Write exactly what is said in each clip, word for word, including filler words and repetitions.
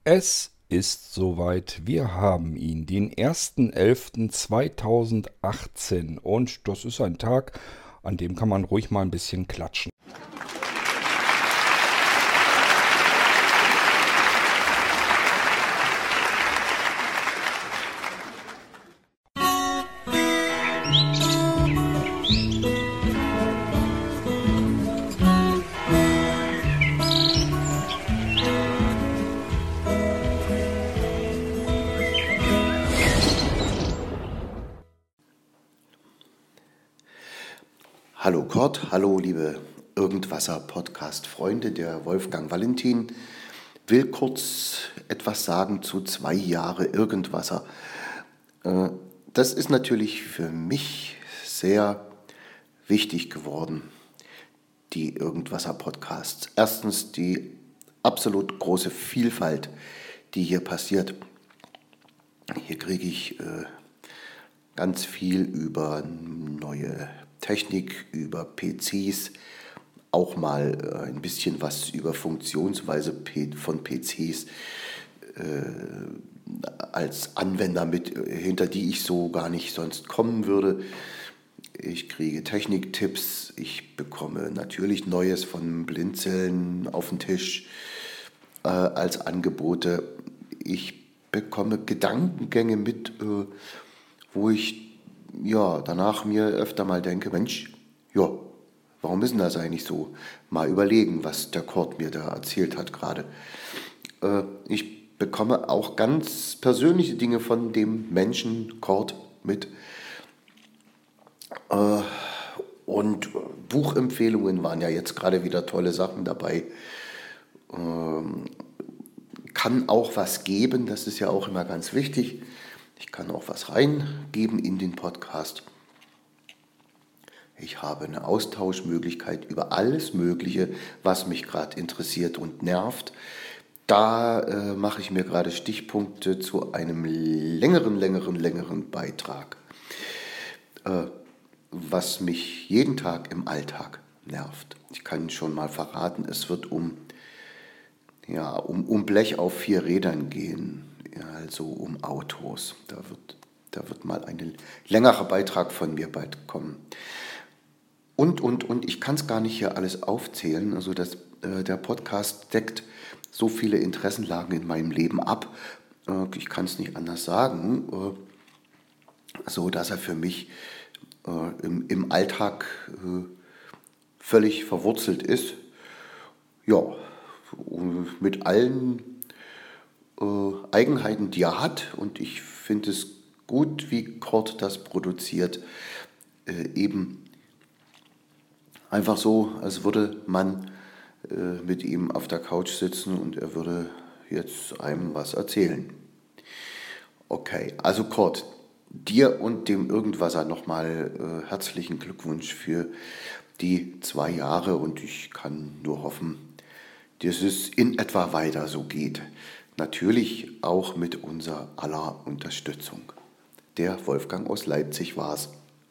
Es ist soweit. Wir haben ihn, den ersten elften zweitausendachtzehn. Und das ist ein Tag, an dem kann man ruhig mal ein bisschen klatschen. Hallo Kurt, hallo liebe Irgendwasser-Podcast-Freunde, der Wolfgang Valentin will kurz etwas sagen zu zwei Jahre Irgendwasser. Äh, Das ist natürlich für mich sehr wichtig geworden, die Irgendwasser-Podcasts. Erstens die absolut große Vielfalt, die hier passiert. Hier kriege ich äh, ganz viel über neue Technik, über P Cs, auch mal äh, ein bisschen was über Funktionsweise P- von P Cs äh, als Anwender mit, äh, hinter die ich so gar nicht sonst kommen würde. Ich kriege Techniktipps, ich bekomme natürlich Neues von Blinzeln auf den Tisch äh, als Angebote. Ich bekomme Gedankengänge mit, äh, wo ich ja danach mir öfter mal denke, Mensch, ja, warum ist denn das eigentlich so? Mal überlegen, was der Kurt mir da erzählt hat gerade. Äh, ich bekomme auch ganz persönliche Dinge von dem Menschen Kurt mit. Äh, und Buchempfehlungen waren ja jetzt gerade wieder tolle Sachen dabei. Ähm, kann auch was geben, das ist ja auch immer ganz wichtig. Ich kann auch was reingeben in den Podcast. Ich habe eine Austauschmöglichkeit über alles Mögliche, was mich gerade interessiert und nervt. Da äh, mache ich mir gerade Stichpunkte zu einem längeren, längeren, längeren Beitrag, äh, was mich jeden Tag im Alltag nervt. Ich kann schon mal verraten, es wird um, ja, um, um Blech auf vier Rädern gehen, ja, also um Autos. Da wird, da wird mal ein längerer Beitrag von mir bald kommen. Und, und, und, ich kann es gar nicht hier alles aufzählen. Also das, äh, der Podcast deckt so viele Interessenlagen in meinem Leben ab. Äh, ich kann es nicht anders sagen, äh, so dass er für mich äh, im, im Alltag äh, völlig verwurzelt ist. Ja, mit allen äh, Eigenheiten, die er hat. Und ich finde es gut, wie Kurt das produziert. Äh, eben einfach so, als würde man äh, mit ihm auf der Couch sitzen und er würde jetzt einem was erzählen. Okay, also Kurt, dir und dem Irgendwasser nochmal äh, herzlichen Glückwunsch für die zwei Jahre und ich kann nur hoffen, dass es in etwa weiter so geht. Natürlich auch mit unserer aller Unterstützung. Der Wolfgang aus Leipzig war's.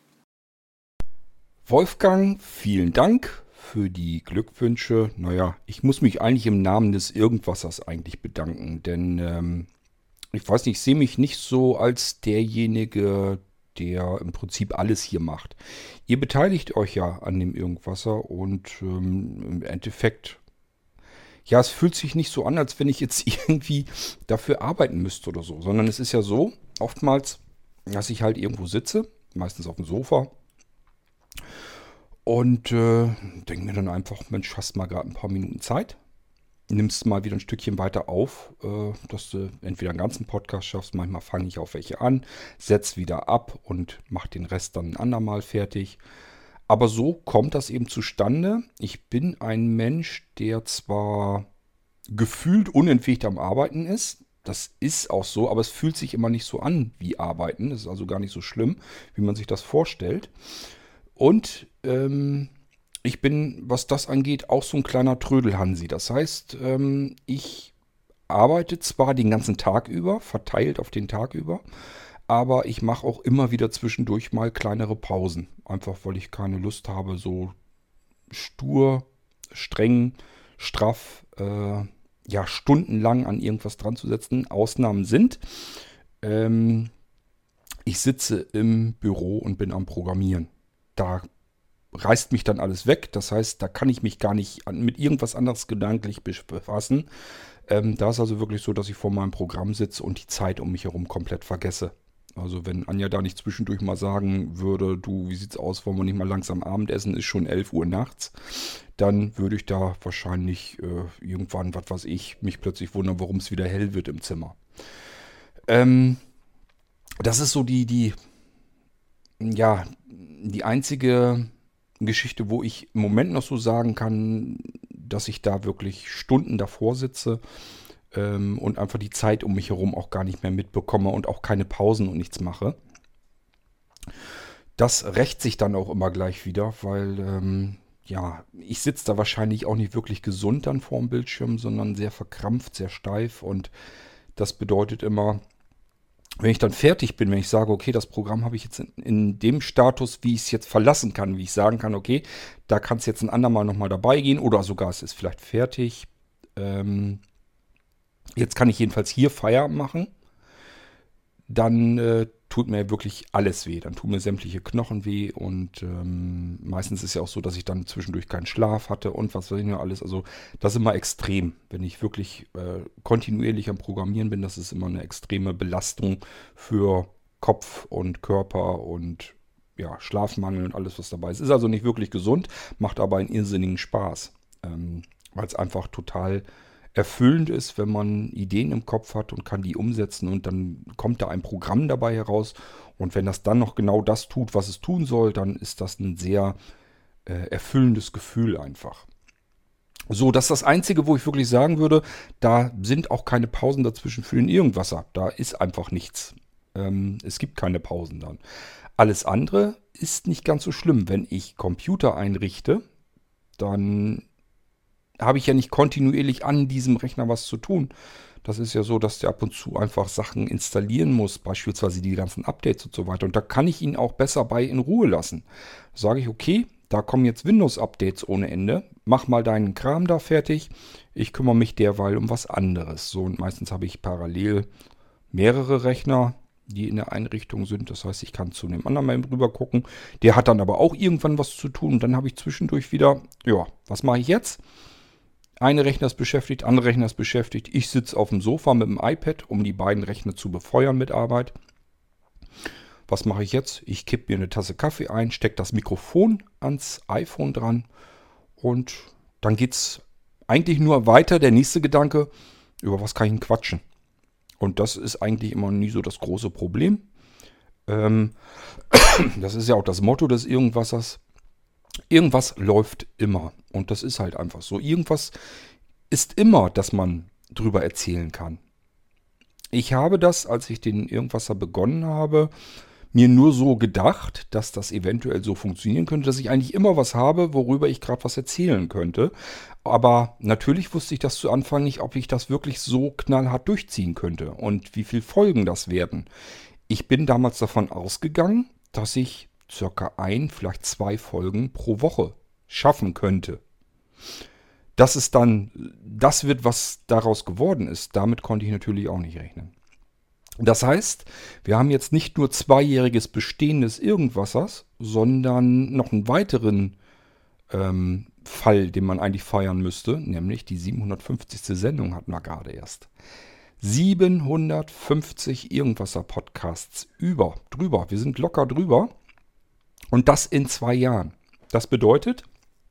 Wolfgang, vielen Dank für die Glückwünsche. Naja, ich muss mich eigentlich im Namen des Irgendwassers eigentlich bedanken, denn ähm, ich weiß nicht, ich sehe mich nicht so als derjenige, der im Prinzip alles hier macht. Ihr beteiligt euch ja an dem Irgendwasser und ähm, im Endeffekt, ja, es fühlt sich nicht so an, als wenn ich jetzt irgendwie dafür arbeiten müsste oder so, sondern es ist ja so, oftmals, dass ich halt irgendwo sitze, meistens auf dem Sofa und äh, denke mir dann einfach, Mensch, hast mal gerade ein paar Minuten Zeit, nimmst mal wieder ein Stückchen weiter auf, äh, dass du entweder einen ganzen Podcast schaffst, manchmal fange ich auf welche an, setz wieder ab und mach den Rest dann ein andermal fertig. Aber so kommt das eben zustande. Ich bin ein Mensch, der zwar gefühlt unentwegt am Arbeiten ist. Das ist auch so, aber es fühlt sich immer nicht so an wie Arbeiten. Das ist also gar nicht so schlimm, wie man sich das vorstellt. Und ähm, ich bin, was das angeht, auch so ein kleiner Trödelhansi. Das heißt, ähm, ich arbeite zwar den ganzen Tag über, verteilt auf den Tag über, aber ich mache auch immer wieder zwischendurch mal kleinere Pausen. Einfach weil ich keine Lust habe, so stur, streng, straff äh, ja, stundenlang an irgendwas dran zu setzen. Ausnahmen sind, ähm, ich sitze im Büro und bin am Programmieren. Da reißt mich dann alles weg. Das heißt, da kann ich mich gar nicht an, mit irgendwas anderes gedanklich befassen. Ähm, da ist also wirklich so, dass ich vor meinem Programm sitze und die Zeit um mich herum komplett vergesse. Also wenn Anja da nicht zwischendurch mal sagen würde, du, wie sieht's aus, wollen wir nicht mal langsam Abendessen, ist schon elf Uhr nachts, dann würde ich da wahrscheinlich äh, irgendwann, was weiß ich, mich plötzlich wundern, warum es wieder hell wird im Zimmer. Ähm, das ist so die, die, ja, die einzige Geschichte, wo ich im Moment noch so sagen kann, dass ich da wirklich Stunden davor sitze ähm, und einfach die Zeit um mich herum auch gar nicht mehr mitbekomme und auch keine Pausen und nichts mache. Das rächt sich dann auch immer gleich wieder, weil ähm, ja, ich sitze da wahrscheinlich auch nicht wirklich gesund dann vorm Bildschirm, sondern sehr verkrampft, sehr steif, und das bedeutet immer, wenn ich dann fertig bin, wenn ich sage, okay, das Programm habe ich jetzt in, in dem Status, wie ich es jetzt verlassen kann, wie ich sagen kann, okay, da kann es jetzt ein andermal nochmal dabei gehen oder sogar es ist vielleicht fertig. Ähm, jetzt kann ich jedenfalls hier Feierabend machen. Dann äh, tut mir wirklich alles weh. Dann tun mir sämtliche Knochen weh und ähm, meistens ist ja auch so, dass ich dann zwischendurch keinen Schlaf hatte und was weiß ich nur alles. Also das ist immer extrem. Wenn ich wirklich äh, kontinuierlich am Programmieren bin, das ist immer eine extreme Belastung für Kopf und Körper und ja, Schlafmangel und alles, was dabei ist. Ist also nicht wirklich gesund, macht aber einen irrsinnigen Spaß, ähm, weil es einfach total erfüllend ist, wenn man Ideen im Kopf hat und kann die umsetzen und dann kommt da ein Programm dabei heraus und wenn das dann noch genau das tut, was es tun soll, dann ist das ein sehr äh, erfüllendes Gefühl einfach. So, das ist das Einzige, wo ich wirklich sagen würde, da sind auch keine Pausen dazwischen für den Irgendwasser. Da ist einfach nichts. Ähm, es gibt keine Pausen dann. Alles andere ist nicht ganz so schlimm. Wenn ich Computer einrichte, dann habe ich ja nicht kontinuierlich an diesem Rechner was zu tun. Das ist ja so, dass der ab und zu einfach Sachen installieren muss, beispielsweise die ganzen Updates und so weiter. Und da kann ich ihn auch besser bei in Ruhe lassen. Da sage ich, okay, da kommen jetzt Windows-Updates ohne Ende. Mach mal deinen Kram da fertig. Ich kümmere mich derweil um was anderes. So, und meistens habe ich parallel mehrere Rechner, die in der Einrichtung sind. Das heißt, ich kann zu dem anderen mal rüber gucken. Der hat dann aber auch irgendwann was zu tun. Und dann habe ich zwischendurch wieder, ja, was mache ich jetzt? Eine Rechner ist beschäftigt, andere Rechner ist beschäftigt. Ich sitze auf dem Sofa mit dem iPad, um die beiden Rechner zu befeuern mit Arbeit. Was mache ich jetzt? Ich kippe mir eine Tasse Kaffee ein, stecke das Mikrofon ans iPhone dran und dann geht es eigentlich nur weiter. Der nächste Gedanke, über was kann ich denn quatschen? Und das ist eigentlich immer nie so das große Problem. Ähm, das ist ja auch das Motto des Irgendwassers. Irgendwas läuft immer. Und das ist halt einfach so. Irgendwas ist immer, dass man drüber erzählen kann. Ich habe das, als ich den Irgendwasser begonnen habe, mir nur so gedacht, dass das eventuell so funktionieren könnte, dass ich eigentlich immer was habe, worüber ich gerade was erzählen könnte. Aber natürlich wusste ich das zu Anfang nicht, ob ich das wirklich so knallhart durchziehen könnte und wie viele Folgen das werden. Ich bin damals davon ausgegangen, dass ich circa ein, vielleicht zwei Folgen pro Woche schaffen könnte. Dass es dann das wird, was daraus geworden ist, damit konnte ich natürlich auch nicht rechnen. Das heißt, wir haben jetzt nicht nur zweijähriges Bestehen des Irgendwassers, sondern noch einen weiteren ähm, Fall, den man eigentlich feiern müsste, nämlich die siebenhundertfünfzigste Sendung hatten wir gerade erst. siebenhundertfünfzig Irgendwasser-Podcasts über, drüber. Wir sind locker drüber. Und das in zwei Jahren. Das bedeutet,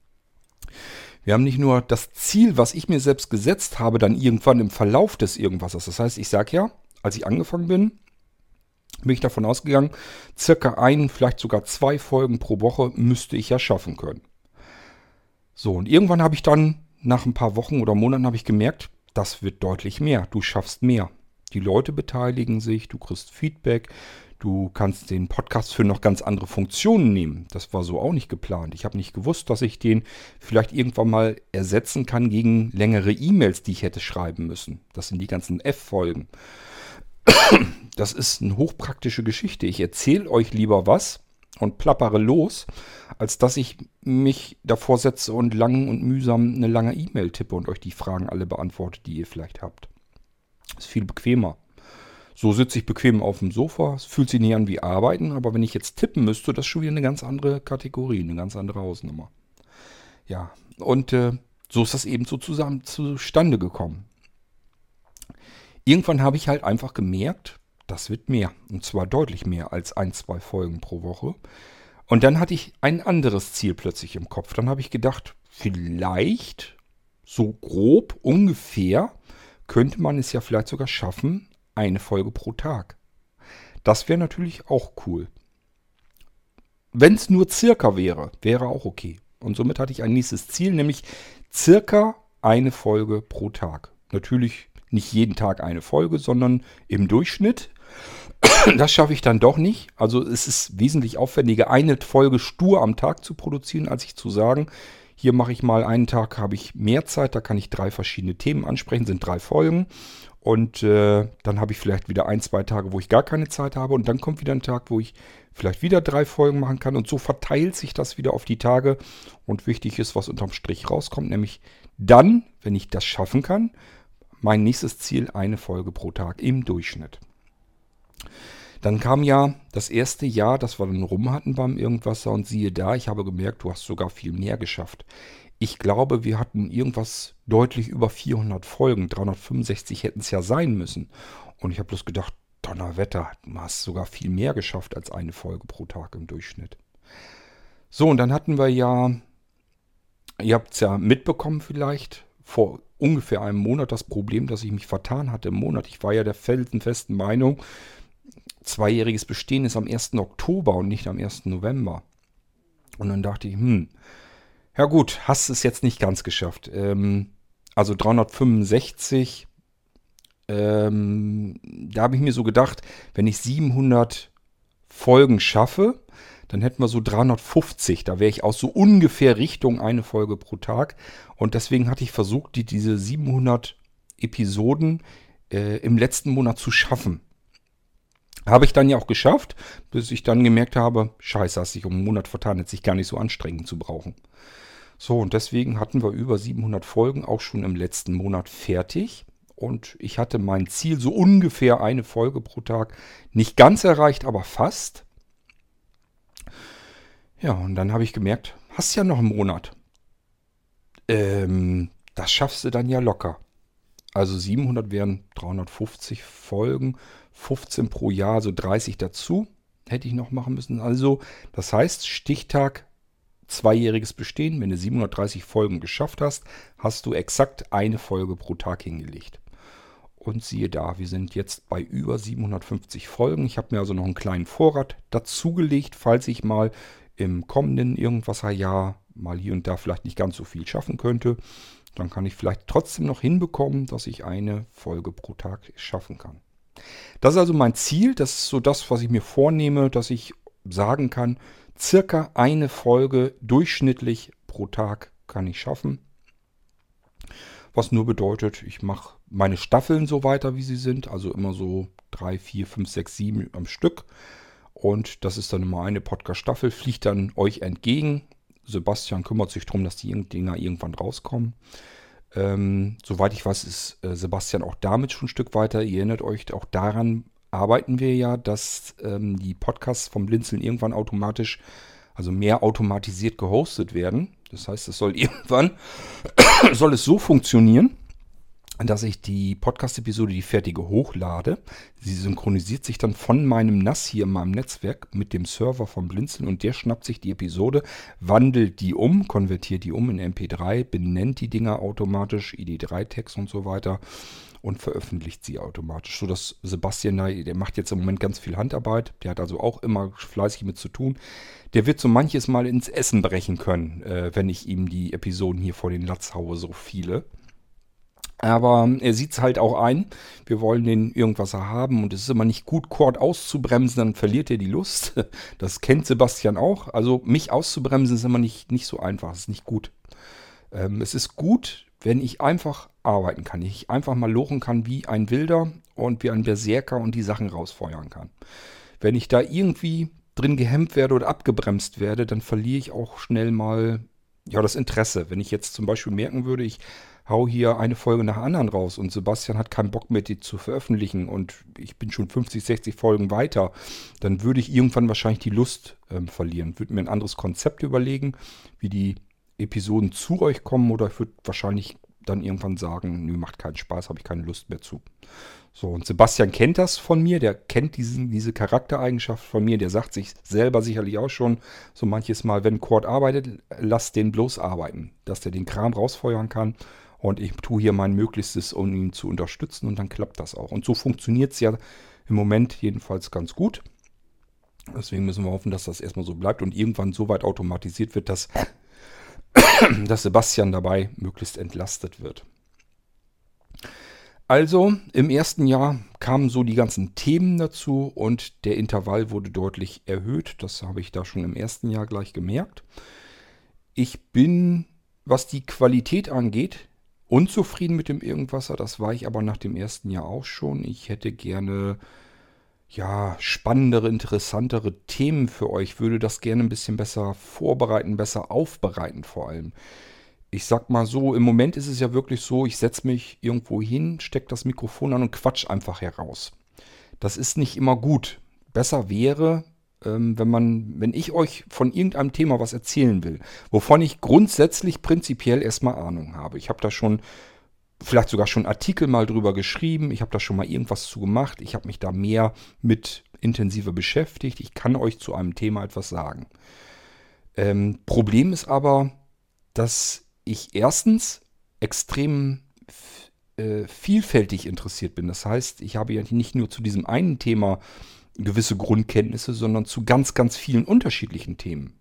wir haben nicht nur das Ziel, was ich mir selbst gesetzt habe, dann irgendwann im Verlauf des Irgendwassers. Das heißt, ich sage ja, als ich angefangen bin, bin ich davon ausgegangen, circa ein, vielleicht sogar zwei Folgen pro Woche müsste ich ja schaffen können. So, und irgendwann habe ich dann, nach ein paar Wochen oder Monaten, habe ich gemerkt, das wird deutlich mehr. Du schaffst mehr. Die Leute beteiligen sich, du kriegst Feedback, du kannst den Podcast für noch ganz andere Funktionen nehmen. Das war so auch nicht geplant. Ich habe nicht gewusst, dass ich den vielleicht irgendwann mal ersetzen kann gegen längere E-Mails, die ich hätte schreiben müssen. Das sind die ganzen F-Folgen. Das ist eine hochpraktische Geschichte. Ich erzähle euch lieber was, und plappere los, als dass ich mich davor setze und lang und mühsam eine lange E-Mail tippe und euch die Fragen alle beantworte, die ihr vielleicht habt. Ist viel bequemer. So sitze ich bequem auf dem Sofa, es fühlt sich nicht an wie Arbeiten, aber wenn ich jetzt tippen müsste, das ist schon wieder eine ganz andere Kategorie, eine ganz andere Hausnummer. Ja, und äh, so ist das eben so zusammen zustande gekommen. Irgendwann habe ich halt einfach gemerkt, das wird mehr. Und zwar deutlich mehr als ein, zwei Folgen pro Woche. Und dann hatte ich ein anderes Ziel plötzlich im Kopf. Dann habe ich gedacht, vielleicht, so grob, ungefähr, könnte man es ja vielleicht sogar schaffen, eine Folge pro Tag. Das wäre natürlich auch cool. Wenn es nur circa wäre, wäre auch okay. Und somit hatte ich ein nächstes Ziel, nämlich circa eine Folge pro Tag. Natürlich nicht jeden Tag eine Folge, sondern im Durchschnitt. Das schaffe ich dann doch nicht. Also es ist wesentlich aufwendiger, eine Folge stur am Tag zu produzieren, als ich zu sagen, hier mache ich mal einen Tag, habe ich mehr Zeit, da kann ich drei verschiedene Themen ansprechen, sind drei Folgen. Und äh, dann habe ich vielleicht wieder ein, zwei Tage, wo ich gar keine Zeit habe. Und dann kommt wieder ein Tag, wo ich vielleicht wieder drei Folgen machen kann. Und so verteilt sich das wieder auf die Tage. Und wichtig ist, was unterm Strich rauskommt, nämlich dann, wenn ich das schaffen kann, mein nächstes Ziel, eine Folge pro Tag im Durchschnitt. Dann kam ja das erste Jahr, das wir dann rum hatten beim Irgendwasser. Und siehe da, ich habe gemerkt, du hast sogar viel mehr geschafft. Ich glaube, wir hatten irgendwas deutlich über vierhundert Folgen. dreihundertfünfundsechzig hätten es ja sein müssen. Und ich habe bloß gedacht, Donnerwetter, du hast sogar viel mehr geschafft als eine Folge pro Tag im Durchschnitt. So, und dann hatten wir ja, ihr habt es ja mitbekommen vielleicht, vor ungefähr einem Monat das Problem, dass ich mich vertan hatte im Monat. Ich war ja der felsenfesten Meinung, zweijähriges Bestehen ist am ersten Oktober und nicht am ersten November. Und dann dachte ich, hm, ja gut, hast es jetzt nicht ganz geschafft. Ähm, also dreihundertfünfundsechzig, ähm, da habe ich mir so gedacht, wenn ich siebenhundert Folgen schaffe, dann hätten wir so dreihundertfünfzig. Da wäre ich auch so ungefähr Richtung eine Folge pro Tag. Und deswegen hatte ich versucht, die, diese siebenhundert Episoden äh, im letzten Monat zu schaffen. Habe ich dann ja auch geschafft, bis ich dann gemerkt habe, scheiße, hast dich um einen Monat vertan, hätte sich gar nicht so anstrengend zu brauchen. So, und deswegen hatten wir über siebenhundert Folgen auch schon im letzten Monat fertig. Und ich hatte mein Ziel, so ungefähr eine Folge pro Tag, nicht ganz erreicht, aber fast. Ja, und dann habe ich gemerkt, hast ja noch einen Monat. Ähm, das schaffst du dann ja locker. Also siebenhundert wären dreihundertfünfzig Folgen, fünfzehn pro Jahr, also dreißig dazu, hätte ich noch machen müssen. Also, das heißt, Stichtag zweijähriges Bestehen, wenn du siebenhundertdreißig Folgen geschafft hast, hast du exakt eine Folge pro Tag hingelegt. Und siehe da, wir sind jetzt bei über siebenhundertfünfzig Folgen. Ich habe mir also noch einen kleinen Vorrat dazugelegt, falls ich mal im kommenden Irgendwasser-Jahr mal hier und da vielleicht nicht ganz so viel schaffen könnte. Dann kann ich vielleicht trotzdem noch hinbekommen, dass ich eine Folge pro Tag schaffen kann. Das ist also mein Ziel. Das ist so das, was ich mir vornehme, dass ich sagen kann, circa eine Folge durchschnittlich pro Tag kann ich schaffen. Was nur bedeutet, ich mache meine Staffeln so weiter, wie sie sind. Also immer so drei, vier, fünf, sechs, sieben am Stück. Und das ist dann immer eine Podcast-Staffel, fliegt dann euch entgegen. Sebastian kümmert sich darum, dass die Dinger irgendwann rauskommen. Ähm, soweit ich weiß, ist äh, Sebastian auch damit schon ein Stück weiter. Ihr erinnert euch, auch daran arbeiten wir ja, dass ähm, die Podcasts vom Blinzeln irgendwann automatisch, also mehr automatisiert gehostet werden. Das heißt, es soll irgendwann, soll es so funktionieren, dass ich die Podcast-Episode, die fertige, hochlade. Sie synchronisiert sich dann von meinem N A S hier in meinem Netzwerk mit dem Server vom Blinzeln und der schnappt sich die Episode, wandelt die um, konvertiert die um in M P drei, benennt die Dinger automatisch, I D drei Tags und so weiter und veröffentlicht sie automatisch. So dass Sebastian, der macht jetzt im Moment ganz viel Handarbeit, der hat also auch immer fleißig mit zu tun. Der wird so manches Mal ins Essen brechen können, äh, wenn ich ihm die Episoden hier vor den Latz haue, so viele. Aber er sieht es halt auch ein, wir wollen den Irgendwasser haben und es ist immer nicht gut, Cord auszubremsen, dann verliert er die Lust. Das kennt Sebastian auch. Also mich auszubremsen ist immer nicht, nicht so einfach, es ist nicht gut. Ähm, es ist gut, wenn ich einfach arbeiten kann, ich einfach mal lochen kann wie ein Wilder und wie ein Berserker und die Sachen rausfeuern kann. Wenn ich da irgendwie drin gehemmt werde oder abgebremst werde, dann verliere ich auch schnell mal ja das Interesse. Wenn ich jetzt zum Beispiel merken würde, ich hau hier eine Folge nach der anderen raus und Sebastian hat keinen Bock mehr, die zu veröffentlichen und ich bin schon fünfzig, sechzig Folgen weiter, dann würde ich irgendwann wahrscheinlich die Lust ähm, verlieren. Würde mir ein anderes Konzept überlegen, wie die Episoden zu euch kommen, oder ich würde wahrscheinlich dann irgendwann sagen, nö, macht keinen Spaß, habe ich keine Lust mehr zu. So, und Sebastian kennt das von mir, der kennt diesen, diese Charaktereigenschaft von mir, der sagt sich selber sicherlich auch schon so manches Mal, wenn Cord arbeitet, lasst den bloß arbeiten, dass der den Kram rausfeuern kann. Und ich tue hier mein Möglichstes, um ihn zu unterstützen, und dann klappt das auch. Und so funktioniert es ja im Moment jedenfalls ganz gut. Deswegen müssen wir hoffen, dass das erstmal so bleibt und irgendwann so weit automatisiert wird, dass, dass Sebastian dabei möglichst entlastet wird. Also im ersten Jahr kamen so die ganzen Themen dazu und der Intervall wurde deutlich erhöht. Das habe ich da schon im ersten Jahr gleich gemerkt. Ich bin, was die Qualität angeht, unzufrieden mit dem Irgendwasser. Das war ich aber nach dem ersten Jahr auch schon. Ich hätte gerne ja spannendere, interessantere Themen für euch. Würde das gerne ein bisschen besser vorbereiten, besser aufbereiten vor allem. Ich sag mal so, im Moment ist es ja wirklich so, ich setze mich irgendwo hin, stecke das Mikrofon an und quatsch einfach heraus. Das ist nicht immer gut. Besser wäre, ähm, wenn man, wenn ich euch von irgendeinem Thema was erzählen will, wovon ich grundsätzlich prinzipiell erstmal Ahnung habe. Ich habe da schon, vielleicht sogar schon Artikel mal drüber geschrieben, ich habe da schon mal irgendwas zu gemacht, ich habe mich da mehr mit intensiver beschäftigt, ich kann euch zu einem Thema etwas sagen. Ähm, Problem ist aber, dass ich erstens extrem äh, vielfältig interessiert bin. Das heißt, ich habe ja nicht nur zu diesem einen Thema gewisse Grundkenntnisse, sondern zu ganz, ganz vielen unterschiedlichen Themen.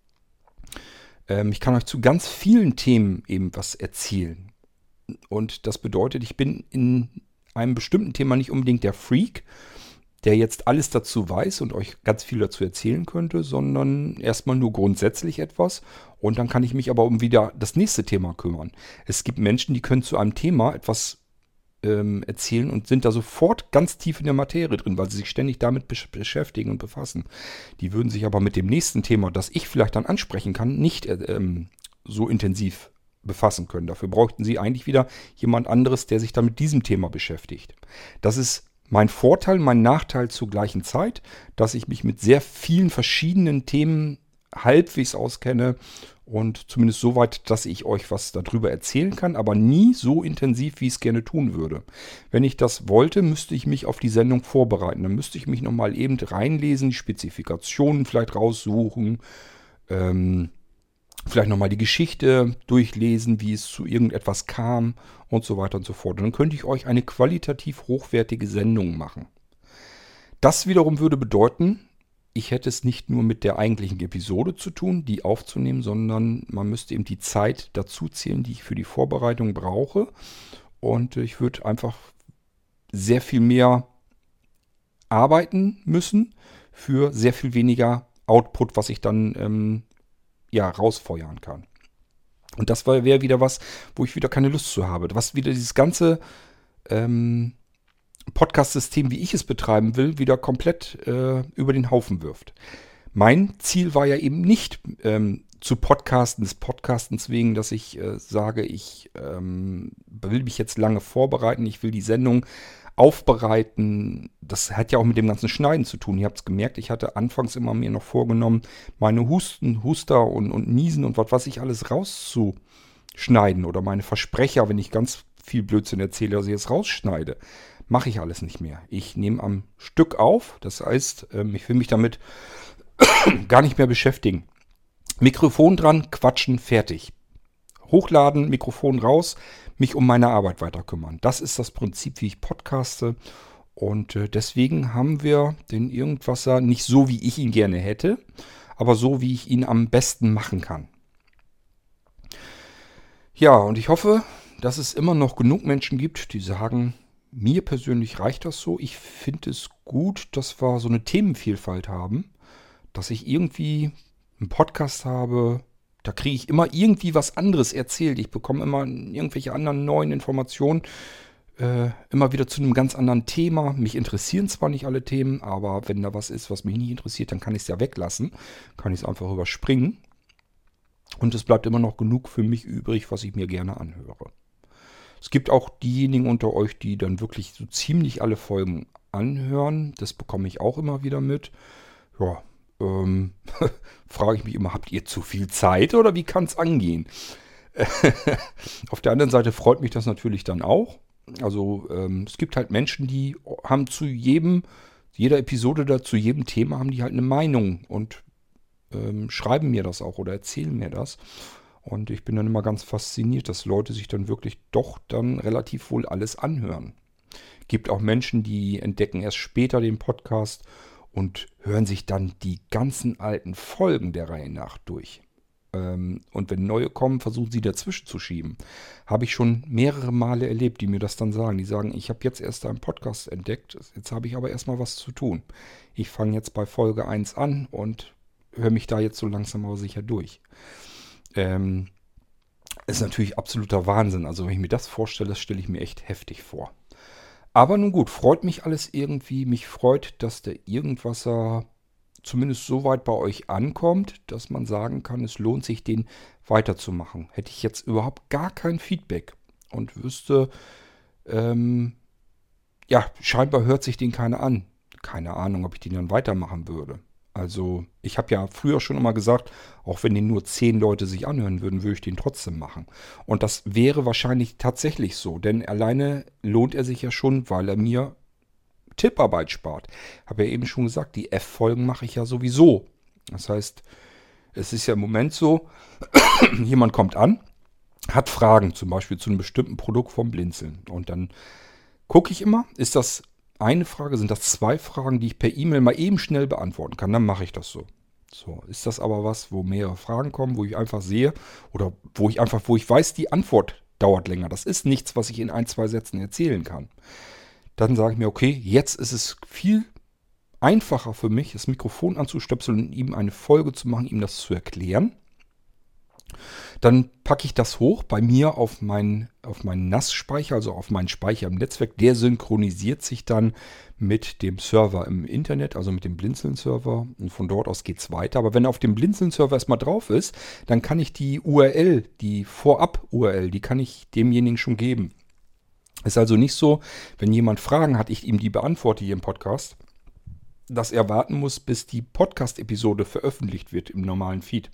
Ähm, ich kann euch zu ganz vielen Themen eben was erzählen. Und das bedeutet, ich bin in einem bestimmten Thema nicht unbedingt der Freak, der jetzt alles dazu weiß und euch ganz viel dazu erzählen könnte, sondern erstmal nur grundsätzlich etwas, und dann kann ich mich aber um wieder das nächste Thema kümmern. Es gibt Menschen, die können zu einem Thema etwas ähm, erzählen und sind da sofort ganz tief in der Materie drin, weil sie sich ständig damit besch- beschäftigen und befassen. Die würden sich aber mit dem nächsten Thema, das ich vielleicht dann ansprechen kann, nicht äh, ähm, so intensiv befassen können. Dafür bräuchten sie eigentlich wieder jemand anderes, der sich dann mit diesem Thema beschäftigt. Das ist mein Vorteil, mein Nachteil zur gleichen Zeit, dass ich mich mit sehr vielen verschiedenen Themen halbwegs auskenne und zumindest so weit, dass ich euch was darüber erzählen kann, aber nie so intensiv, wie ich es gerne tun würde. Wenn ich das wollte, müsste ich mich auf die Sendung vorbereiten. Dann müsste ich mich nochmal eben reinlesen, die Spezifikationen vielleicht raussuchen, ähm, vielleicht nochmal die Geschichte durchlesen, wie es zu irgendetwas kam und so weiter und so fort. Und dann könnte ich euch eine qualitativ hochwertige Sendung machen. Das wiederum würde bedeuten, ich hätte es nicht nur mit der eigentlichen Episode zu tun, die aufzunehmen, sondern man müsste eben die Zeit dazu zählen, die ich für die Vorbereitung brauche. Und ich würde einfach sehr viel mehr arbeiten müssen für sehr viel weniger Output, was ich dann ähm, ja, rausfeuern kann. Und das wäre wieder was, wo ich wieder keine Lust zu habe. Was wieder dieses ganze ähm, Podcast-System, wie ich es betreiben will, wieder komplett äh, über den Haufen wirft. Mein Ziel war ja eben nicht ähm, zu podcasten, des Podcastens wegen, dass ich äh, sage, ich ähm, will mich jetzt lange vorbereiten, ich will die Sendung aufbereiten. Das hat ja auch mit dem ganzen Schneiden zu tun. Ihr habt es gemerkt, ich hatte anfangs immer mir noch vorgenommen, meine Husten, Huster und, und Niesen und was weiß ich alles rauszuschneiden. Oder meine Versprecher, wenn ich ganz viel Blödsinn erzähle, dass ich es rausschneide. Mache ich alles nicht mehr. Ich nehme am Stück auf. Das heißt, ich will mich damit gar nicht mehr beschäftigen. Mikrofon dran, quatschen, fertig. Hochladen, Mikrofon raus, mich um meine Arbeit weiter kümmern. Das ist das Prinzip, wie ich podcaste. Und äh, deswegen haben wir den Irgendwasser nicht so, wie ich ihn gerne hätte, aber so, wie ich ihn am besten machen kann. Ja, und ich hoffe, dass es immer noch genug Menschen gibt, die sagen, mir persönlich reicht das so. Ich finde es gut, dass wir so eine Themenvielfalt haben, dass ich irgendwie einen Podcast habe. Da kriege ich immer irgendwie was anderes erzählt. Ich bekomme immer irgendwelche anderen neuen Informationen. äh, immer wieder zu einem ganz anderen Thema. Mich interessieren zwar nicht alle Themen, aber wenn da was ist, was mich nicht interessiert, dann kann ich es ja weglassen. Kann ich es einfach überspringen. Und es bleibt immer noch genug für mich übrig, was ich mir gerne anhöre. Es gibt auch diejenigen unter euch, die dann wirklich so ziemlich alle Folgen anhören. Das bekomme ich auch immer wieder mit. Ja, ähm, frage ich mich immer, habt ihr zu viel Zeit oder wie kann es angehen? Auf der anderen Seite freut mich das natürlich dann auch. Also ähm, es gibt halt Menschen, die haben zu jedem, jeder Episode da, zu jedem Thema haben die halt eine Meinung und ähm, schreiben mir das auch oder erzählen mir das. Und ich bin dann immer ganz fasziniert, dass Leute sich dann wirklich doch dann relativ wohl alles anhören. Gibt auch Menschen, die entdecken erst später den Podcast und hören sich dann die ganzen alten Folgen der Reihe nach durch. Ähm, und wenn neue kommen, versuchen sie dazwischen zu schieben. Habe ich schon mehrere Male erlebt, die mir das dann sagen. Die sagen, ich habe jetzt erst einen Podcast entdeckt, jetzt habe ich aber erstmal was zu tun. Ich fange jetzt bei Folge eins an und höre mich da jetzt so langsam aber sicher durch. Ähm, ist natürlich absoluter Wahnsinn. Also wenn ich mir das vorstelle, das stelle ich mir echt heftig vor. Aber nun gut, freut mich alles irgendwie. Mich freut, dass der Irgendwasser zumindest so weit bei euch ankommt, dass man sagen kann, es lohnt sich, den weiterzumachen. Hätte ich jetzt überhaupt gar kein Feedback und wüsste, ähm, ja, scheinbar hört sich den keiner an. Keine Ahnung, ob ich den dann weitermachen würde. Also ich habe ja früher schon immer gesagt, auch wenn den nur zehn Leute sich anhören würden, würde ich den trotzdem machen. Und das wäre wahrscheinlich tatsächlich so, denn alleine lohnt er sich ja schon, weil er mir Tipparbeit spart. Habe ja eben schon gesagt, die F-Folgen mache ich ja sowieso. Das heißt, es ist ja im Moment so, jemand kommt an, hat Fragen, zum Beispiel zu einem bestimmten Produkt vom Blinzeln. Und dann gucke ich immer, ist das eine Frage, sind das zwei Fragen, die ich per E-Mail mal eben schnell beantworten kann, dann mache ich das so. So, ist das aber was, wo mehrere Fragen kommen, wo ich einfach sehe oder wo ich einfach, wo ich weiß, die Antwort dauert länger. Das ist nichts, was ich in ein, zwei Sätzen erzählen kann. Dann sage ich mir, okay, jetzt ist es viel einfacher für mich, das Mikrofon anzustöpseln und ihm eine Folge zu machen, ihm das zu erklären. Dann packe ich das hoch bei mir auf meinen, auf meinen N A S-Speicher, also auf meinen Speicher im Netzwerk. Der synchronisiert sich dann mit dem Server im Internet, also mit dem Blinzeln-Server. Und von dort aus geht es weiter. Aber wenn er auf dem Blinzeln-Server erstmal drauf ist, dann kann ich die U R L, die Vorab-U R L, die kann ich demjenigen schon geben. Ist also nicht so, wenn jemand Fragen hat, ich ihm die beantworte hier im Podcast, dass er warten muss, bis die Podcast-Episode veröffentlicht wird im normalen Feed.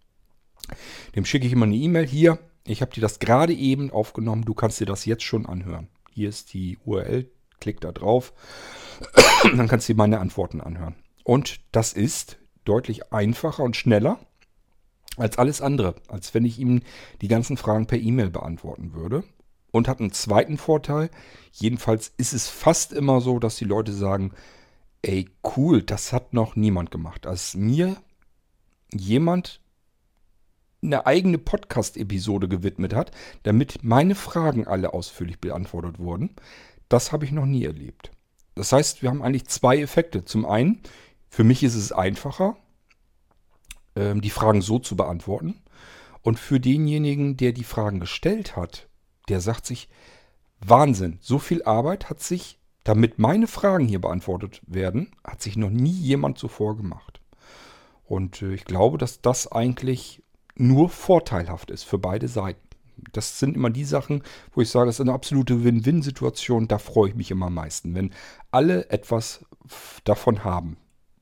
Dem schicke ich immer eine E-Mail. Hier, ich habe dir das gerade eben aufgenommen, du kannst dir das jetzt schon anhören. Hier ist die U R L, klick da drauf, dann kannst du dir meine Antworten anhören. Und das ist deutlich einfacher und schneller als alles andere, als wenn ich ihm die ganzen Fragen per E-Mail beantworten würde. Und hat einen zweiten Vorteil, jedenfalls ist es fast immer so, dass die Leute sagen, ey cool, das hat noch niemand gemacht. Als mir jemand eine eigene Podcast-Episode gewidmet hat, damit meine Fragen alle ausführlich beantwortet wurden. Das habe ich noch nie erlebt. Das heißt, wir haben eigentlich zwei Effekte. Zum einen, für mich ist es einfacher, ähm, die Fragen so zu beantworten. Und für denjenigen, der die Fragen gestellt hat, der sagt sich, Wahnsinn, so viel Arbeit hat sich, damit meine Fragen hier beantwortet werden, hat sich noch nie jemand zuvor gemacht. Und äh, ich glaube, dass das eigentlich nur vorteilhaft ist für beide Seiten. Das sind immer die Sachen, wo ich sage, es ist eine absolute Win-Win-Situation. Da freue ich mich immer am meisten, wenn alle etwas davon haben.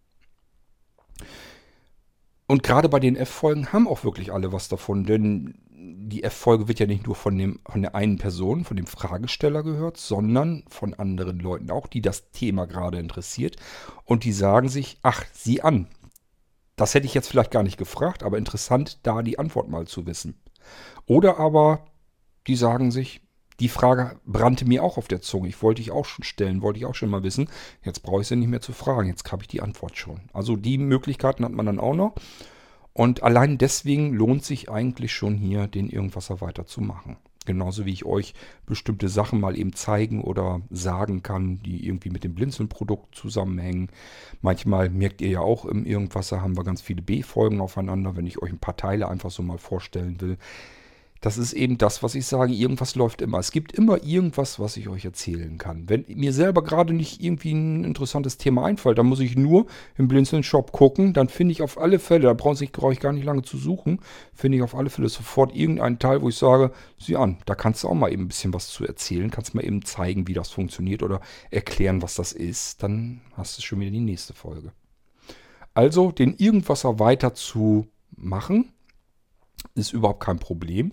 Und gerade bei den F-Folgen haben auch wirklich alle was davon, denn die F-Folge wird ja nicht nur von, dem, von der einen Person, von dem Fragesteller gehört, sondern von anderen Leuten auch, die das Thema gerade interessiert. Und die sagen sich, ach, sieh an. Das hätte ich jetzt vielleicht gar nicht gefragt, aber interessant, da die Antwort mal zu wissen. Oder aber, die sagen sich, die Frage brannte mir auch auf der Zunge. Ich wollte ich auch schon stellen, wollte ich auch schon mal wissen. Jetzt brauche ich sie nicht mehr zu fragen, jetzt habe ich die Antwort schon. Also die Möglichkeiten hat man dann auch noch. Und allein deswegen lohnt sich eigentlich schon hier, den Irgendwasser weiterzumachen. Genauso wie ich euch bestimmte Sachen mal eben zeigen oder sagen kann, die irgendwie mit dem Blinzeln-Produkt zusammenhängen. Manchmal merkt ihr ja auch, im Irgendwasser haben wir ganz viele B-Folgen aufeinander, wenn ich euch ein paar Teile einfach so mal vorstellen will. Das ist eben das, was ich sage, irgendwas läuft immer. Es gibt immer irgendwas, was ich euch erzählen kann. Wenn mir selber gerade nicht irgendwie ein interessantes Thema einfällt, dann muss ich nur im Blinzeln Shop gucken, dann finde ich auf alle Fälle, da brauche ich, brauche ich gar nicht lange zu suchen, finde ich auf alle Fälle sofort irgendeinen Teil, wo ich sage, sieh an, da kannst du auch mal eben ein bisschen was zu erzählen, kannst mal eben zeigen, wie das funktioniert oder erklären, was das ist, dann hast du schon wieder die nächste Folge. Also den Irgendwasser weiter zu machen, ist überhaupt kein Problem.